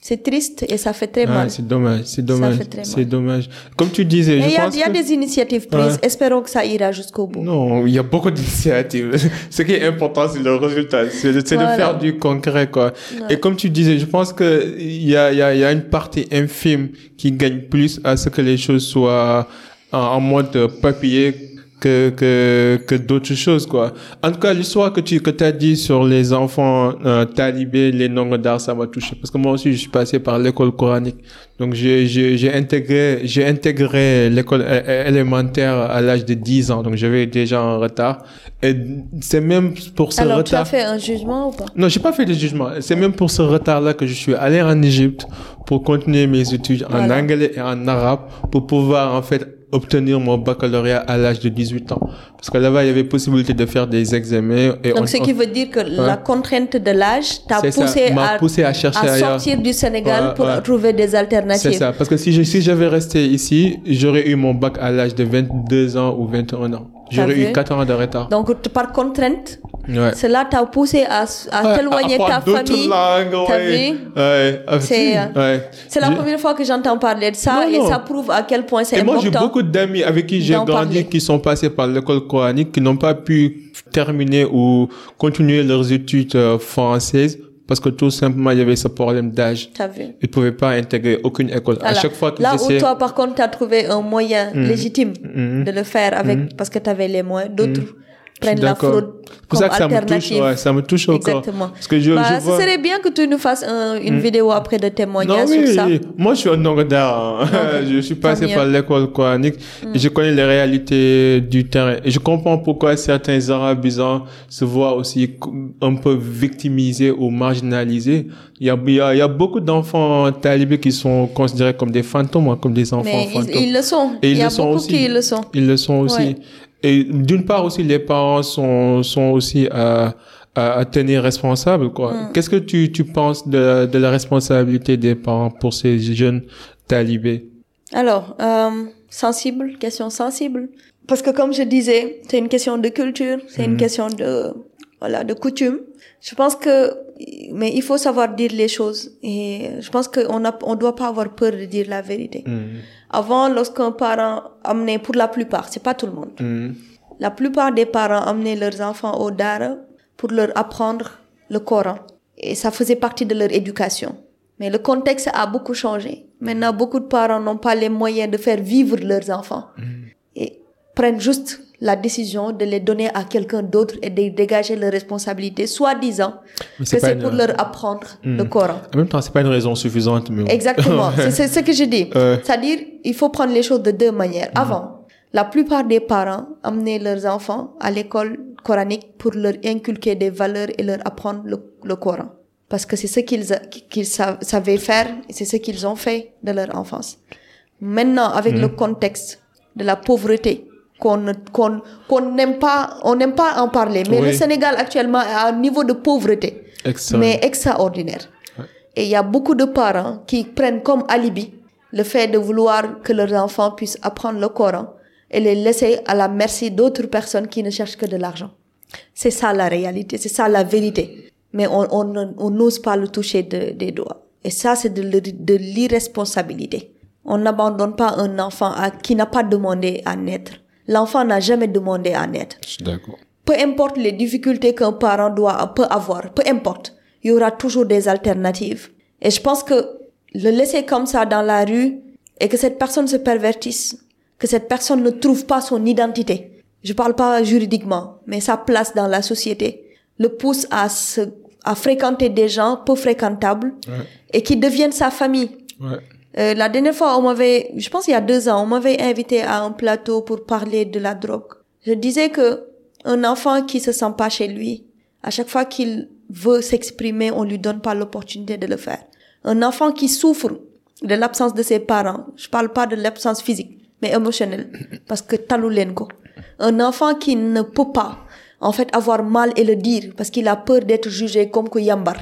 C'est triste et ça fait très ah, mal. C'est dommage, c'est dommage, Ça fait très c'est mal. dommage. Comme tu disais, Mais je il y a, pense il y a que... des initiatives prises. Ouais. Espérons que ça ira jusqu'au bout. Non, il y a beaucoup d'initiatives. Ce qui est important, c'est le résultat. C'est, de, c'est Voilà. de faire du concret, quoi. Ouais. Et comme tu disais, je pense que il y a, il y a, il y a une partie infime qui gagne plus à ce que les choses soient en, en mode papier que, que, que d'autres choses, quoi. En tout cas, l'histoire que tu, que t'as dit sur les enfants, euh, talibés, les nongs d'art, ça m'a touché. Parce que moi aussi, je suis passé par l'école coranique. Donc, j'ai, j'ai, j'ai intégré, j'ai intégré l'école é- élémentaire à l'âge de dix ans. Donc, j'avais déjà un retard. Et c'est même pour ce Alors, retard. tu as fait un jugement ou pas? Non, j'ai pas fait de jugement. C'est même pour ce retard-là que je suis allé en Égypte pour continuer mes études en Voilà. anglais et en arabe pour pouvoir, en fait, obtenir mon baccalauréat à l'âge de dix-huit ans. Parce que là-bas, il y avait possibilité de faire des examens. Et Donc, on, ce qui veut dire que la contrainte de l'âge t'a C'est ça, poussé, m'a à, poussé à chercher à ailleurs. sortir du Sénégal Ouais, pour ouais. trouver des alternatives. C'est ça. Parce que si je, si j'avais resté ici, j'aurais eu mon bac à l'âge de vingt-deux ans ou vingt et un ans. J'aurais T'as eu vu? quatre ans de retard. Donc, t- par contrainte, Ouais. cela t'a poussé à, à Ouais, t'éloigner de ta apprendre d'autres famille. langues, T'as ouais. vu? Ouais, ah, C'est, si, euh, ouais. C'est la J'ai- première fois que j'entends parler de ça Non, et non. ça prouve à quel point c'est Et moi, important. j'ai beaucoup d'amis avec qui j'ai d'en grandi, parler. qui sont passés par l'école coranique, qui n'ont pas pu terminer ou continuer leurs études euh, françaises parce que tout simplement, il y avait ce problème d'âge. T'as vu? Ils pouvaient pas intégrer aucune école. Voilà. À chaque fois qu'ils Là essayaient... où toi, par contre, tu as trouvé un moyen légitime Mhm. de le faire avec, parce que tu avais les moyens, d'autres prennent la D'accord. fraude C'est pour comme ça que ça me touche, alternative. ouais, ça me touche encore. Exactement. Parce que je, Bah, je ce vois... serait bien que tu nous fasses un- une vidéo après de Non, témoignage oui, sur ça. oui. Moi, je suis un homme d'art. hein. Je suis passé Tant mieux. par l'école coranique et je connais les réalités du terrain. Et je comprends pourquoi certains arabisants se voient aussi un peu victimisés ou marginalisés. Il y a, il y a, il y a beaucoup d'enfants talibés qui sont considérés comme des fantômes, hein, comme des enfants Mais fantômes. ils, ils le sont. Et ils Il y a le sont beaucoup aussi. qui le sont. Ils le sont aussi. Ouais. Et d'une part aussi, les parents sont, sont aussi à, à, à tenir responsables, quoi. Mm. Qu'est-ce que tu, tu penses de, de la responsabilité des parents pour ces jeunes talibés? Alors, euh, sensible, question sensible. Parce que comme je disais, c'est une question de culture, c'est une question de, voilà, de coutume. Je pense que, mais il faut savoir dire les choses. Et je pense qu'on a, on doit pas avoir peur de dire la vérité. Mm. Avant, lorsqu'un parent amenait, pour la plupart, c'est pas tout le monde. Mm. La plupart des parents amenaient leurs enfants au dara pour leur apprendre le Coran. Et ça faisait partie de leur éducation. Mais le contexte a beaucoup changé. Maintenant, beaucoup de parents n'ont pas les moyens de faire vivre leurs enfants. Mm. Et prennent juste la décision de les donner à quelqu'un d'autre et de dégager leurs responsabilités, soi-disant que c'est pas pour une... leur apprendre Mm. le Coran. En même temps, c'est pas une raison suffisante, mais... Exactement. c'est, c'est ce que je dis. Ouais. C'est-à-dire, il faut prendre les choses de deux manières. Avant, la plupart des parents amenaient leurs enfants à l'école coranique pour leur inculquer des valeurs et leur apprendre le, le Coran. Parce que c'est ce qu'ils, a- qu'ils sa- savaient faire et c'est ce qu'ils ont fait de leur enfance. Maintenant, avec Mm. le contexte de la pauvreté, qu'on ne- qu'on qu'on n'aime pas, on n'aime pas en parler. Mais Oui. le Sénégal actuellement est à un niveau de pauvreté, Excellent. mais extraordinaire. Et il y a beaucoup de parents qui prennent comme alibi le fait de vouloir que leurs enfants puissent apprendre le Coran et les laisser à la merci d'autres personnes qui ne cherchent que de l'argent. C'est ça la réalité, c'est ça la vérité. Mais on on ne- on n'ose pas le toucher de- des doigts. Et ça, c'est de, l'ir- de l'irresponsabilité. On n'abandonne pas un enfant à, qui n'a pas demandé à naître. L'enfant n'a jamais demandé à naître. Je suis d'accord. Peu importe les difficultés qu'un parent doit, peut avoir, peu importe, il y aura toujours des alternatives. Et je pense que le laisser comme ça dans la rue et que cette personne se pervertisse, que cette personne ne trouve pas son identité, je parle pas juridiquement, mais sa place dans la société, le pousse à se, à fréquenter des gens peu fréquentables Ouais. et qui deviennent sa famille. Ouais. Euh, la dernière fois, on m'avait, je pense il y a deux ans, on m'avait invité à un plateau pour parler de la drogue. Je disais que un enfant qui se sent pas chez lui, à chaque fois qu'il veut s'exprimer, on lui donne pas l'opportunité de le faire. Un enfant qui souffre de l'absence de ses parents, je parle pas de l'absence physique, mais émotionnelle, parce que talu len ko. Un enfant qui ne peut pas, en fait, avoir mal et le dire, parce qu'il a peur d'être jugé comme que yambar.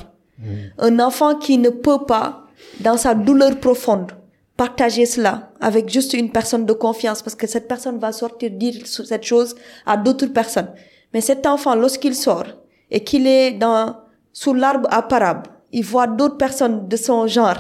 Un enfant qui ne peut pas, dans sa douleur profonde, partager cela avec juste une personne de confiance parce que cette personne va sortir dire cette chose à d'autres personnes. Mais cet enfant, lorsqu'il sort et qu'il est dans, sous l'arbre à parables, il voit d'autres personnes de son genre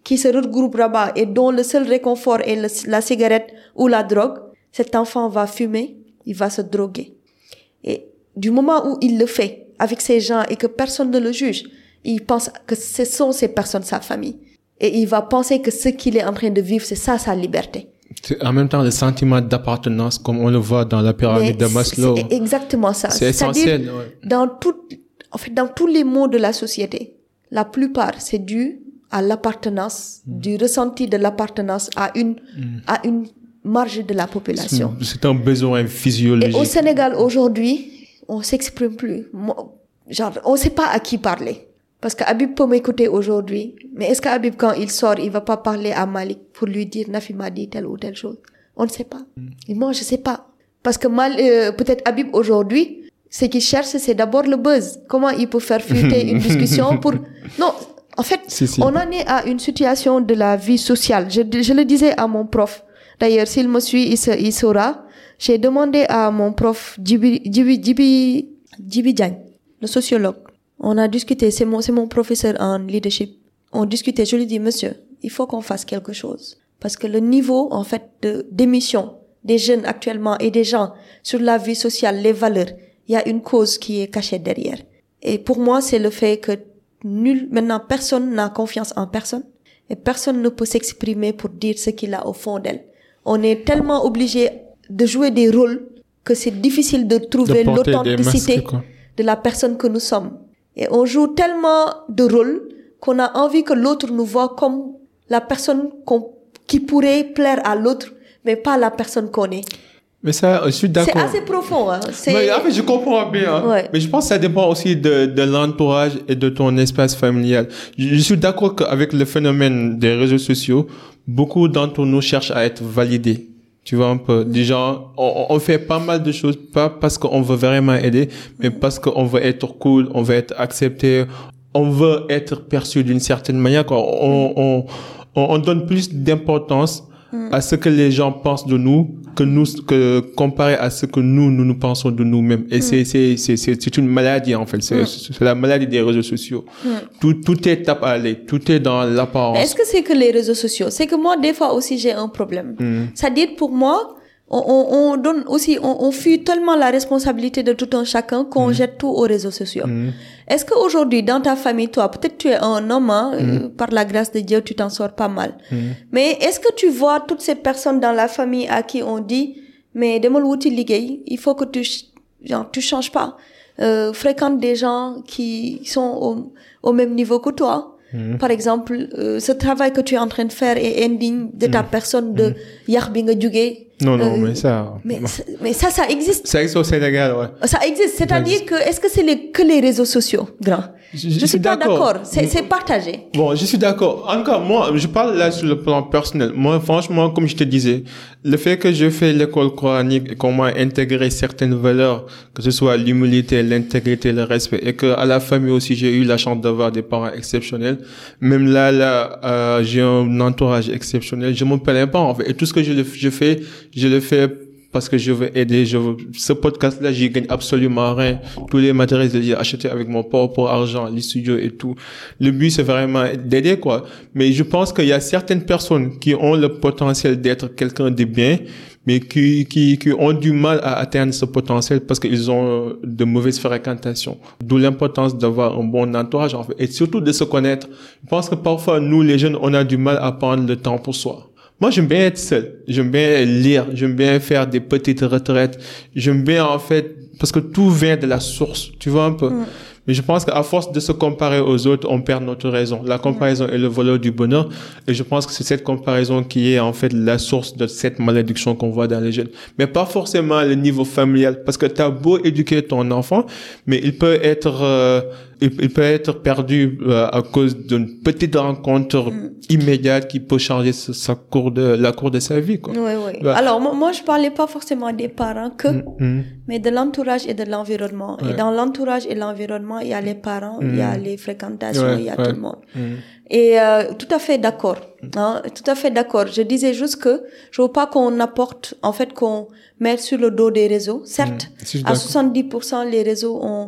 qui se regroupent là-bas et dont le seul réconfort est le, la cigarette ou la drogue, cet enfant va fumer, il va se droguer. Et du moment où il le fait avec ces gens et que personne ne le juge, il pense que ce sont ces personnes sa famille. Et il va penser que ce qu'il est en train de vivre, c'est ça sa liberté. C'est en même temps le sentiment d'appartenance, comme on le voit dans la pyramide Mais de Maslow. C'est exactement ça. C'est essentiel. C'est-à-dire, ouais. dans tout, en fait, dans tous les maux de la société, la plupart, c'est dû à l'appartenance, mmh. du ressenti de l'appartenance à une, mmh. à une marge de la population. C'est un besoin physiologique. Et au Sénégal, aujourd'hui, on s'exprime plus. Genre, on sait pas à qui parler. Parce que Habib peut m'écouter aujourd'hui, mais est-ce que Habib, quand il sort, il va pas parler à Malik pour lui dire Nafi m'a dit telle ou telle chose? On ne sait pas. Mm. Et moi, je sais pas. Parce que mal, euh, peut-être Habib aujourd'hui, ce qu'il cherche, c'est d'abord le buzz. Comment il peut faire fuiter une discussion pour... Non, en fait, si, si. On en est à une situation de la vie sociale. Je, je le disais à mon prof. D'ailleurs, s'il me suit, il, se, il saura. J'ai demandé à mon prof Djibi, Djibi, Djibi, Djibi Diagne, le sociologue. On a discuté, c'est mon, c'est mon professeur en leadership. On discutait, je lui dis, monsieur, il faut qu'on fasse quelque chose. Parce que le niveau, en fait, de, d'émission des jeunes actuellement et des gens sur la vie sociale, les valeurs, il y a une cause qui est cachée derrière. Et pour moi, c'est le fait que nul, maintenant, personne n'a confiance en personne. Et personne ne peut s'exprimer pour dire ce qu'il a au fond d'elle. On est tellement obligé de jouer des rôles que c'est difficile de trouver de l'authenticité masques, de la personne que nous sommes. Et on joue tellement de rôles qu'on a envie que l'autre nous voit comme la personne qu'on, qui pourrait plaire à l'autre, mais pas la personne qu'on est. Mais ça, je suis d'accord. C'est assez profond. Hein. C'est... Mais, en fait, je comprends bien. Hein. Ouais. Mais je pense que ça dépend aussi de, de l'entourage et de ton espace familial. Je, je suis d'accord qu'avec le phénomène des réseaux sociaux, beaucoup d'entre nous cherchent à être validés. Tu vois un peu, des gens, on, on fait pas mal de choses, pas parce qu'on veut vraiment aider, mais parce qu'on veut être cool, on veut être accepté, on veut être perçu d'une certaine manière, quoi. On, on, on, on donne plus d'importance à ce que les gens pensent de nous que nous, que comparé à ce que nous, nous nous pensons de nous-mêmes. Et mm. c'est, c'est, c'est, c'est, c'est une maladie, en fait. C'est, mm. c'est la maladie des réseaux sociaux. Mm. Tout, tout est tape à l'œil. Tout est dans l'apparence. Mais est-ce que c'est que les réseaux sociaux? C'est que moi, des fois aussi, j'ai un problème. Mm. C'est-à-dire, pour moi, on, on, on donne aussi, on, on fuit tellement la responsabilité de tout un chacun qu'on mm. jette tout aux réseaux sociaux. Mm. Est-ce qu'aujourd'hui, dans ta famille, toi, peut-être tu es un homme, hein, mm. euh, par la grâce de Dieu, tu t'en sors pas mal. Mm. Mais est-ce que tu vois toutes ces personnes dans la famille à qui on dit, mais demal wuti liggéey, il faut que tu, genre, tu changes pas, euh, fréquente des gens qui sont au, au même niveau que toi. Mm. Par exemple, euh, ce travail que tu es en train de faire est indigne de ta mm. personne de yar bi nga jugee. Non, non, euh, mais ça... Mais, mais ça, ça existe. Ça existe au Sénégal, ouais. Ça existe. C'est-à-dire que, est-ce que c'est les, que les réseaux sociaux, grand? Je, je, je suis pas d'accord. d'accord. C'est, c'est partagé. Bon, je suis d'accord. Encore, moi, je parle là sur le plan personnel. Moi, franchement, comme je te disais, le fait que je fais l'école coranique et qu'on m'a intégré certaines valeurs, que ce soit l'humilité, l'intégrité, le respect, et que à la famille aussi, j'ai eu la chance d'avoir des parents exceptionnels. Même là, là, euh, j'ai un entourage exceptionnel. Je me plains pas, en fait. Et tout ce que je, je fais, je le fais parce que je veux aider. Je veux... Ce podcast-là, j'y gagne absolument rien. Tous les matériels, je les ai achetés avec mon propre argent, les studios et tout. Le but, c'est vraiment d'aider, quoi. Mais je pense qu'il y a certaines personnes qui ont le potentiel d'être quelqu'un de bien, mais qui, qui, qui ont du mal à atteindre ce potentiel parce qu'ils ont de mauvaises fréquentations. D'où l'importance d'avoir un bon entourage, en fait. Et surtout de se connaître. Je pense que parfois, nous, les jeunes, on a du mal à prendre le temps pour soi. Moi, j'aime bien être seul. J'aime bien lire. J'aime bien faire des petites retraites. J'aime bien, en fait, parce que tout vient de la source. Tu vois un peu? Mm. Mais je pense qu'à force de se comparer aux autres, on perd notre raison. La comparaison mm. est le voleur du bonheur. Et je pense que c'est cette comparaison qui est, en fait, la source de cette malédiction qu'on voit dans les jeunes. Mais pas forcément le niveau familial. Parce que t'as beau éduquer ton enfant, mais il peut être, euh, il, il peut être perdu euh, à cause d'une petite rencontre mm. immédiate qui peut changer sa, sa cour de, la cour de sa vie, quoi. Oui, oui. Bah. Alors, moi, moi, je parlais pas forcément des parents que, mm. Mm. mais de l'entourage et de l'environnement. Ouais. Et dans l'entourage et l'environnement, il y a les parents, mm. il y a les fréquentations, ouais, il y a ouais. tout le monde. Mm. Et euh, tout à fait d'accord. Hein, tout à fait d'accord. Je disais juste que je veux pas qu'on apporte, en fait, qu'on mette sur le dos des réseaux. Certes, mmh, à soixante-dix pour cent, les réseaux ont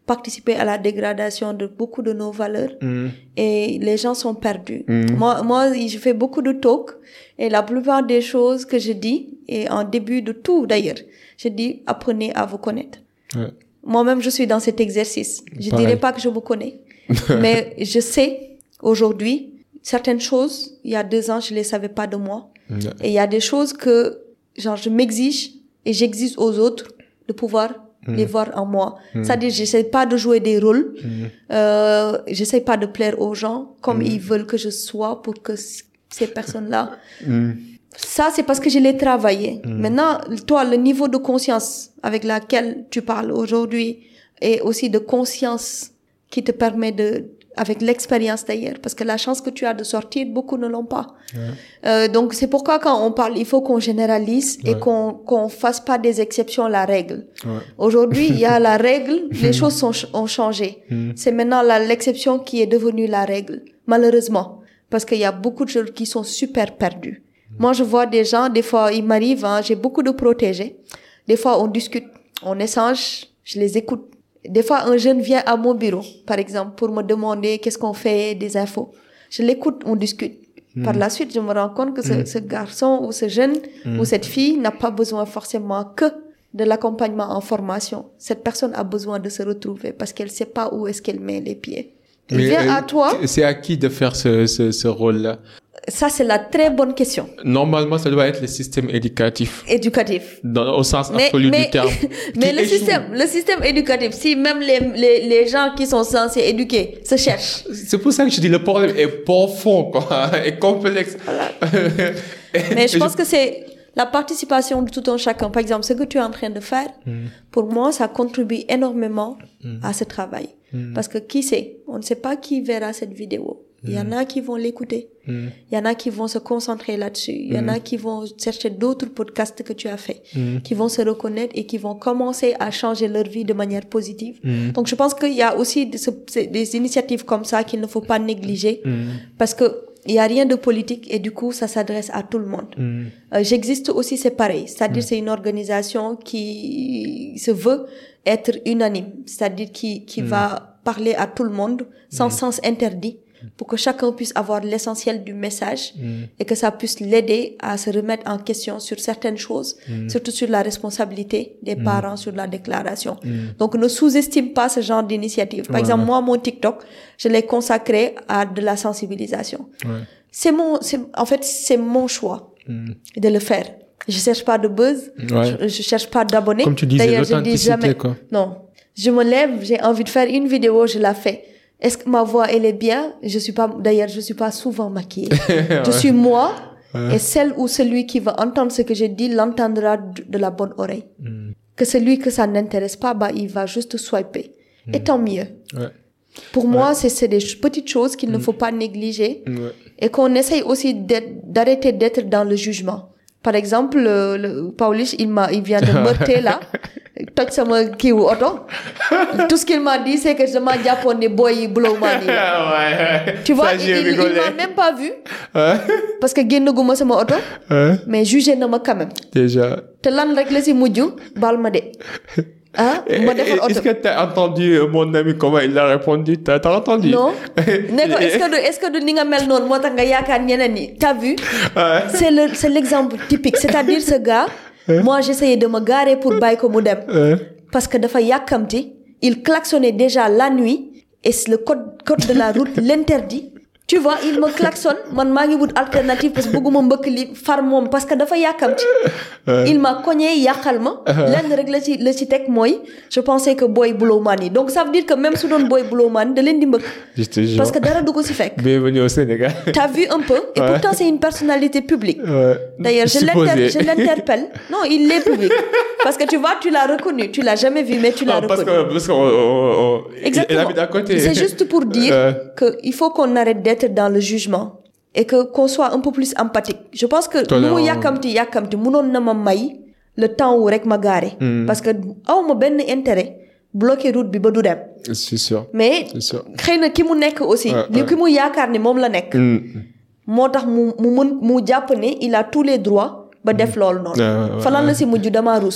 participer à la dégradation de beaucoup de nos valeurs Mm. et les gens sont perdus. Mm. Moi, moi, je fais beaucoup de talks et la plupart des choses que je dis, et en début de tout d'ailleurs, je dis apprenez à vous connaître. Ouais. Moi-même, je suis dans cet exercice. Je Pareil. dirais pas que je me connais, mais je sais aujourd'hui certaines choses, il y a deux ans, je les savais pas de moi. Ouais. Et il y a des choses que, genre, je m'exige et j'exige aux autres de pouvoir mm. les voir en moi. Mm. C'est-à-dire, j'essaie pas de jouer des rôles, mm. euh, j'essaie pas de plaire aux gens comme mm. ils veulent que je sois pour que c- ces personnes-là. Mm. Ça, c'est parce que je l'ai travaillé. Mm. Maintenant, toi, le niveau de conscience avec laquelle tu parles aujourd'hui et aussi de conscience qui te permet de, avec l'expérience d'ailleurs, parce que la chance que tu as de sortir, beaucoup ne l'ont pas. Ouais. Euh, donc c'est pourquoi quand on parle, il faut qu'on généralise ouais. et qu'on qu'on fasse pas des exceptions à la règle. Ouais. Aujourd'hui, il y a la règle, les choses sont, ont changé. Mm. C'est maintenant la, l'exception qui est devenue la règle, malheureusement, parce qu'il y a beaucoup de gens qui sont super perdus. Mm. Moi, je vois des gens, des fois, il m'arrive, hein, j'ai beaucoup de protégés. Des fois, on discute, on échange, je les écoute. Des fois, un jeune vient à mon bureau, par exemple, pour me demander qu'est-ce qu'on fait, des infos. Je l'écoute, on discute. Mmh. Par la suite, je me rends compte que ce, mmh. ce garçon ou ce jeune mmh. ou cette fille n'a pas besoin forcément que de l'accompagnement en formation. Cette personne a besoin de se retrouver parce qu'elle ne sait pas où est-ce qu'elle met les pieds. Il vient à toi. C'est à qui de faire ce, ce, ce rôle-là? Ça, c'est la très bonne question. Normalement, ça doit être le système éducatif. Éducatif. Dans, au sens mais, absolu mais, du terme. Mais le système, le système éducatif, si même les, les, les gens qui sont censés éduquer se cherchent. C'est pour ça que je dis le problème est profond, quoi, est complexe. Voilà. Mais je pense que c'est la participation de tout un chacun. Par exemple, ce que tu es en train de faire, mm. pour moi, ça contribue énormément mm. à ce travail. Mm. Parce que qui sait? On ne sait pas qui verra cette vidéo. Il y en a qui vont l'écouter. Mm. Il y en a qui vont se concentrer là-dessus. Il y en a qui vont chercher d'autres podcasts que tu as fait, mm. qui vont se reconnaître et qui vont commencer à changer leur vie de manière positive. Mm. Donc, je pense qu'il y a aussi des, des initiatives comme ça qu'il ne faut pas négliger mm. parce que il y a rien de politique et du coup, ça s'adresse à tout le monde. Mm. Euh, J'existe aussi, c'est pareil. C'est-à-dire, mm. c'est une organisation qui se veut être unanime. C'est-à-dire qui, qui mm. va parler à tout le monde sans mm. sens interdit, pour que chacun puisse avoir l'essentiel du message mm. et que ça puisse l'aider à se remettre en question sur certaines choses, mm. surtout sur la responsabilité des mm. parents sur la déclaration. Mm. Donc, ne sous-estime pas ce genre d'initiative. Par ouais, exemple, ouais. moi, mon TikTok, je l'ai consacré à de la sensibilisation. Ouais. C'est mon, c'est, en fait, c'est mon choix mm. de le faire. Je cherche pas de buzz, ouais. je, je cherche pas d'abonnés. Comme tu disais, d'ailleurs, je dis jamais, quoi. Non. Je me lève, j'ai envie de faire une vidéo, je la fais. Est-ce que ma voix, elle est bien? Je suis pas, d'ailleurs, je suis pas souvent maquillée. ouais. Je suis moi, ouais. et celle ou celui qui va entendre ce que je dis l'entendra de la bonne oreille. Mm. Que celui que ça n'intéresse pas, bah, il va juste swiper. Mm. Et tant mieux. Ouais. Pour ouais. moi, c'est, c'est des petites choses qu'il mm. ne faut pas négliger. Ouais. Et qu'on essaye aussi d'arrêter d'être dans le jugement. Par exemple, le, le Paulish, il m'a, il vient de meurter là. Toj sama kiiwu auto. Tout ce qu'il m'a dit, c'est que je m'en japonais boy blow money. Ouais. Tu vois, ça, il, il, il m'a même pas vu. Ouais. Parce que génnaguma sama auto. Ouais. Mais jugé na ma quand même. Déjà. Te lan rek la si mujju bal ma de. Hein? Est-ce que tu as entendu mon ami comment il a répondu? T'as as entendu? Non. Est-ce que de, est-ce que de ni nga mel non moo tax nga yaakaar ñeneen ni? T'as vu? Ouais. C'est le, c'est l'exemple typique. C'est-à-dire ce gars, hein? Moi j'essayais de me garer pour bàyyi ko mu dem. Hein? Parce que dafa yàkkamti. Il klaxonnait déjà la nuit et le code, code de la route l'interdit. Tu vois, il me klaxonne, man maa ngi wut alternative parce que bëgguma mbëkk li far moom parce que dafa yàkkamti. Il m'a cogné yàqal ma. Lenn rek la ci la ci teg mooy je pensais que boy blow money. Donc ça veut dire que même su doon boy blow money da leen di mbëkk. Parce que dara du ko si fekk. Bienvenue au Sénégal. T'as vu un peu? Et ouais. Pourtant c'est une personnalité publique. Ouais. D'ailleurs, je, l'inter- je l'interpelle. Non, il est public. Parce que tu vois, tu l'as reconnu. Tu l'as jamais vu, mais tu l'as non, parce reconnu. Que, parce qu'on on, on, exactement. Il habite à côté. C'est juste pour dire euh... qu'il faut qu'on arrête d'être dans le jugement et que qu'on soit un peu plus empathique. Je pense que nous yakamti yakamti munon na ma may le temps où rek ma garé mm. parce que aw ma ben intérêt bloquer route bi ba du dem. C'est sûr. Mais xeyna ki mu nek aussi ouais, li ouais. ki mu yakar ni mom la nek. Motax mu mu mu japp ne il a tous les droits ba def lool non. Fa lan la ci muju dama rouss.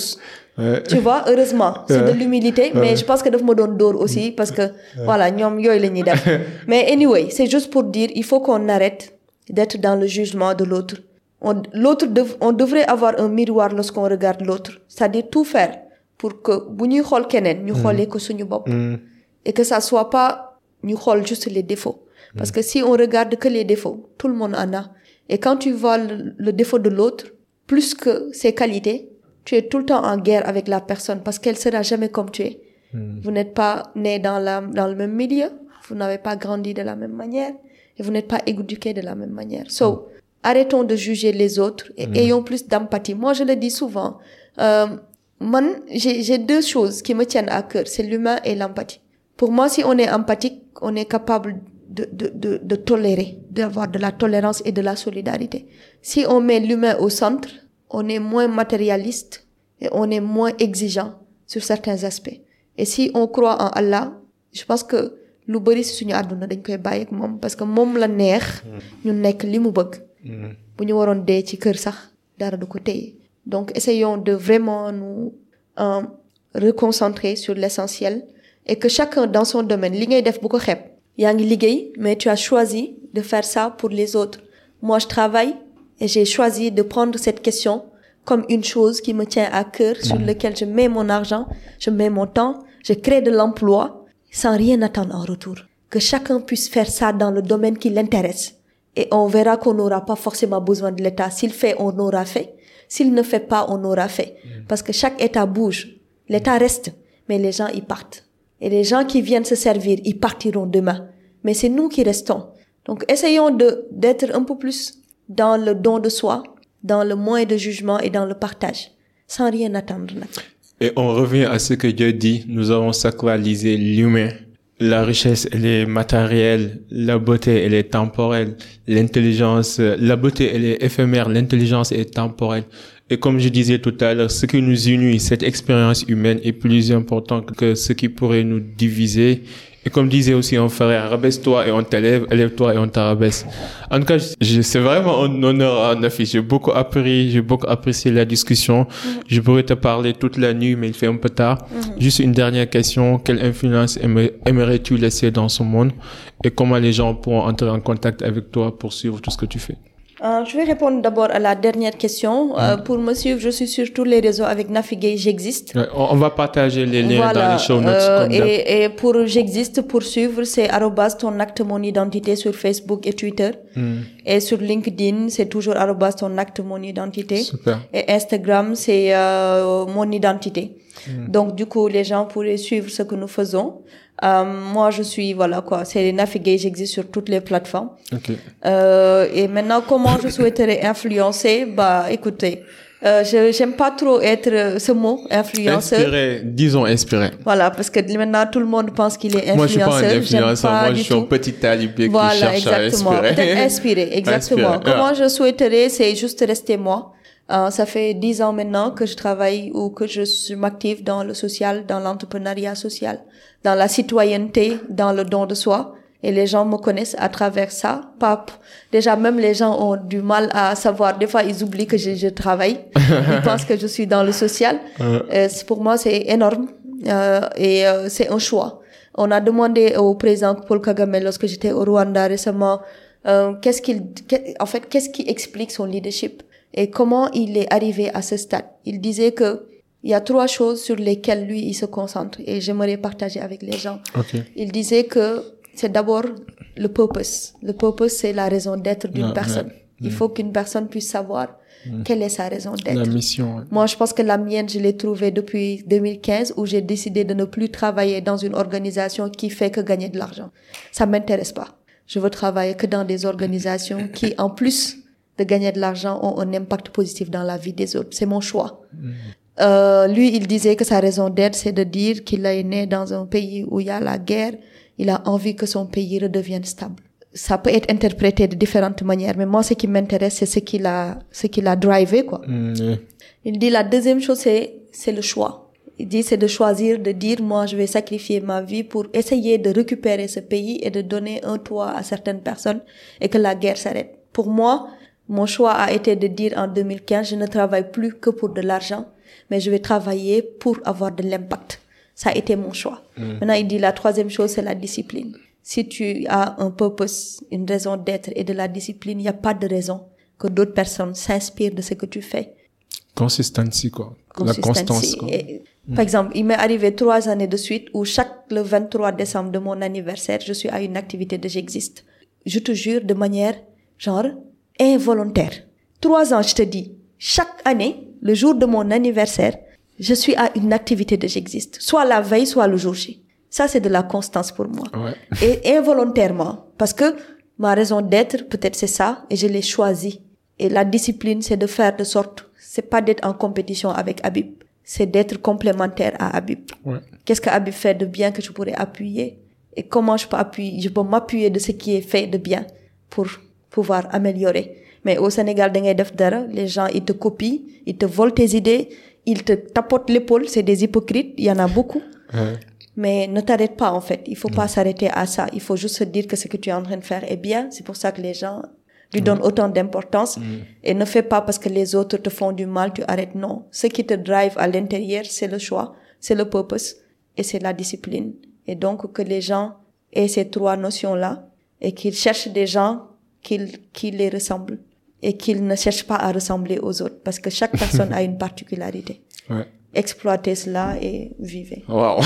Ouais. Tu vois, heureusement, c'est Ouais. de l'humilité, mais Ouais. je pense que daf ma doon dóor aussi parce que voilà, ñoom yooyu la ñuy def. Mais anyway, c'est juste pour dire, il faut qu'on arrête d'être dans le jugement de l'autre. On, l'autre dev, on devrait avoir un miroir lorsqu'on regarde l'autre, c'est-à-dire tout faire pour que bu ñuy xool keneen ñu xoolee ko suñu bopp. Mm. Et que ça soit pas ñu xool juste les défauts. Parce que si on regarde que les défauts, tout le monde en a. Et quand tu vois le, le défaut de l'autre, plus que ses qualités, tu es tout le temps en guerre avec la personne parce qu'elle sera jamais comme tu es. Mm. Vous n'êtes pas né dans la, dans le même milieu, vous n'avez pas grandi de la même manière et vous n'êtes pas éduqué de la même manière. So, mm. arrêtons de juger les autres et mm. ayons plus d'empathie. Moi, je le dis souvent, euh, man, j'ai, j'ai deux choses qui me tiennent à cœur, c'est l'humain et l'empathie. Pour moi, si on est empathique, on est capable de, de, de, de tolérer, d'avoir de la tolérance et de la solidarité. Si on met l'humain au centre, on est moins matérialiste et on est moins exigeant sur certains aspects. Et si on croit en Allah, je pense que lu bari ci suñu àdduna dañ koy bàyyi ak moom parce que moom la neex ñu nekk li mu bëgg. Bu ñu waroon dee ci kër sax dara du ko téye. Donc essayons de vraiment nous euh, reconcentrer sur l'essentiel et que chacun dans son domaine li ngay def bu ko xeeb. Yaa ngi liggéey mais tu as choisi de faire ça pour les autres. Moi je travaille et j'ai choisi de prendre cette question comme une chose qui me tient à cœur, sur laquelle je mets mon argent, je mets mon temps, je crée de l'emploi sans rien attendre en retour. Que chacun puisse faire ça dans le domaine qui l'intéresse. Et on verra qu'on n'aura pas forcément besoin de l'État. S'il fait, on aura fait. S'il ne fait pas, on aura fait. Parce que chaque État bouge. L'État reste, mais les gens y partent. Et les gens qui viennent se servir, ils partiront demain. Mais c'est nous qui restons. Donc essayons de, d'être un peu plus dans le don de soi, dans le moins de jugement et dans le partage, sans rien attendre. Et on revient à ce que Dieu dit, nous avons sacralisé l'humain. La richesse, elle est matérielle, la beauté, elle est temporelle, l'intelligence, la beauté, elle est éphémère, l'intelligence est temporelle. Et comme je disais tout à l'heure, ce qui nous unit, cette expérience humaine est plus important que ce qui pourrait nous diviser. Et comme disait aussi un frère, rabaisse-toi et on t'élève, élève-toi et on t'abaisse. En tout cas, je, c'est vraiment un honneur à Nafi. J'ai beaucoup appris, j'ai beaucoup apprécié la discussion. Mm-hmm. Je pourrais te parler toute la nuit, mais il fait un peu tard. Mm-hmm. Juste une dernière question. Quelle influence aimerais-tu laisser dans ce monde? Et comment les gens pourront entrer en contact avec toi pour suivre tout ce que tu fais? Euh, je vais répondre d'abord à la dernière question. Euh, pour me suivre, je suis sur tous les réseaux avec Nafi Gueye, j'existe. Ouais, on va partager les liens voilà, dans les show notes. Euh, et, et pour j'existe, pour suivre, c'est arobase ton acte mon identité sur Facebook et Twitter. Mm. Et sur LinkedIn, c'est toujours arobase ton acte mon identité. Super. Et Instagram, c'est euh, mon identité. Mm. Donc du coup, les gens pourraient suivre ce que nous faisons. Euh, moi, je suis, voilà quoi, c'est Nafi Gueye, j'existe sur toutes les plateformes. Okay. Euh, et maintenant, comment je souhaiterais influencer? Bah, écoutez, euh, je, j'aime pas trop être ce mot, influenceur. Inspiré, disons inspiré. Voilà, parce que maintenant, tout le monde pense qu'il est influenceur. Moi, je suis pas un influenceur, moi, je suis un petit talibé voilà, qui cherche exactement. à inspirer. Peut-être inspirer, exactement. Inspirer. Comment ah. je souhaiterais, c'est juste rester moi. Euh, ça fait dix ans maintenant que je travaille ou que je suis m'active dans le social, dans l'entrepreneuriat social, dans la citoyenneté, dans le don de soi. Et les gens me connaissent à travers ça. Pas, déjà, même les gens ont du mal à savoir. Des fois, ils oublient que je, je travaille. Ils pensent que je suis dans le social. Euh, pour moi, c'est énorme. Euh, et euh, c'est un choix. On a demandé au président Paul Kagame, lorsque j'étais au Rwanda récemment, euh, qu'est-ce qu'il, en fait, qu'est-ce qui explique son leadership? Et comment il est arrivé à ce stade. Il disait que il y a trois choses sur lesquelles lui, il se concentre et j'aimerais partager avec les gens. Okay. Il disait que c'est d'abord le purpose. Le purpose, c'est la raison d'être d'une non, personne. Ouais. Il faut qu'une personne puisse savoir mmh. quelle est sa raison d'être. La mission. Ouais. Moi, je pense que la mienne, je l'ai trouvée depuis deux mille quinze où j'ai décidé de ne plus travailler dans une organisation qui fait que gagner de l'argent. Ça m'intéresse pas. Je veux travailler que dans des organisations qui, en plus de gagner de l'argent, ont un impact positif dans la vie des autres. C'est mon choix. Mmh. Euh, lui, il disait que sa raison d'être, c'est de dire qu'il est né dans un pays où il y a la guerre. Il a envie que son pays redevienne stable. Ça peut être interprété de différentes manières, mais moi, ce qui m'intéresse, c'est ce qu'il a, ce qu'il a drivé, quoi. Mmh. Il dit la deuxième chose, c'est, c'est le choix. Il dit, c'est de choisir, de dire, moi, je vais sacrifier ma vie pour essayer de récupérer ce pays et de donner un toit à certaines personnes et que la guerre s'arrête. Pour moi, mon choix a été de dire en deux mille quinze, je ne travaille plus que pour de l'argent. mais je vais travailler pour avoir de l'impact. Ça a été mon choix. Mmh. Maintenant, il dit la troisième chose, c'est la discipline. Si tu as un purpose, une raison d'être et de la discipline, il n'y a pas de raison que d'autres personnes s'inspirent de ce que tu fais. Consistency, quoi. Consistency. La constance, quoi. Et, mmh. Par exemple, il m'est arrivé trois années de suite où chaque le vingt-trois décembre de mon anniversaire, je suis à une activité de J'existe. Je te jure, de manière, genre, involontaire. Trois ans, je te dis, chaque année, le jour de mon anniversaire, je suis à une activité de J'existe. Soit la veille, soit le jour J. Ça, c'est de la constance pour moi. Ouais. Et involontairement. Parce que ma raison d'être, peut-être c'est ça, et je l'ai choisi. Et la discipline, c'est de faire de sorte, c'est pas d'être en compétition avec Habib. C'est d'être complémentaire à Habib. Ouais. Qu'est-ce que Habib fait de bien que je pourrais appuyer? Et comment je peux appuyer, je peux m'appuyer de ce qui est fait de bien pour pouvoir améliorer. Mais au Sénégal, dans def dara, les gens, ils te copient, ils te volent tes idées, ils te tapotent l'épaule, c'est des hypocrites, il y en a beaucoup. Ouais. Mais ne t'arrête pas, en fait. Il faut ouais. pas s'arrêter à ça. Il faut juste se dire que ce que tu es en train de faire est bien. C'est pour ça que les gens lui donnent ouais. autant d'importance. Mm. Et ne fais pas parce que les autres te font du mal, tu arrêtes. Non. Ce qui te drive à l'intérieur, c'est le choix, c'est le purpose et c'est la discipline. Et donc, que les gens aient ces trois notions-là et qu'ils cherchent des gens qui, qui les ressemblent et qu'ils ne cherchent pas à ressembler aux autres parce que chaque personne a une particularité. Ouais. Exploitez cela et vivez. Wow.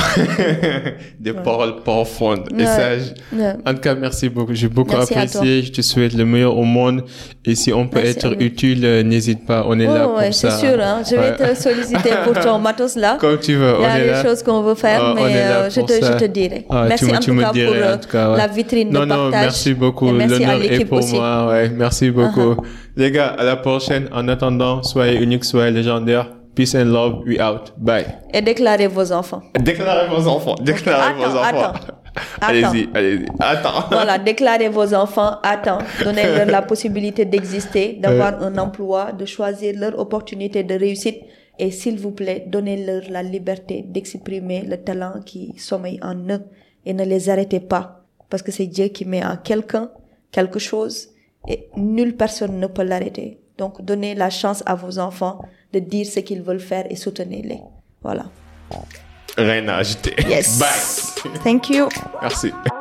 Des ouais. paroles profondes ouais. et sages. Ouais. En tout cas, merci beaucoup. J'ai beaucoup merci apprécié. Je te souhaite le meilleur au monde. Et si on peut merci être utile, euh, n'hésite pas. On est oh, là pour ouais, ça. C'est sûr, hein. Je vais ouais. te solliciter pour ton matos là. Comme tu veux. Il y a on est des là. choses qu'on veut faire, oh, mais euh, je, te, je te dirai. Ah, merci tu, en, tu tout me cas dirais, pour en tout cas, ouais. la vitrine non, de partage. Non, merci beaucoup. L'honneur est pour aussi. moi. Ouais, merci beaucoup. Uh-huh. Les gars, à la prochaine. En attendant, soyez uniques, soyez légendaires. Peace and love, we out. Bye. Et déclarez vos enfants. Déclarez vos enfants. Déclarez attends, vos enfants. Attends. Allez-y, allez-y. Attends. Voilà, déclarez vos enfants. Attends. Donnez-leur la possibilité d'exister, d'avoir euh. un emploi, de choisir leur opportunité de réussite. Et s'il vous plaît, donnez-leur la liberté d'exprimer le talent qui sommeille en eux. Et ne les arrêtez pas. Parce que c'est Dieu qui met en quelqu'un quelque chose. Et nulle personne ne peut l'arrêter. Donc, donnez la chance à vos enfants de dire ce qu'ils veulent faire et soutenez-les. Voilà. Rien à ajouter. Yes. Bye. Thank you. Merci.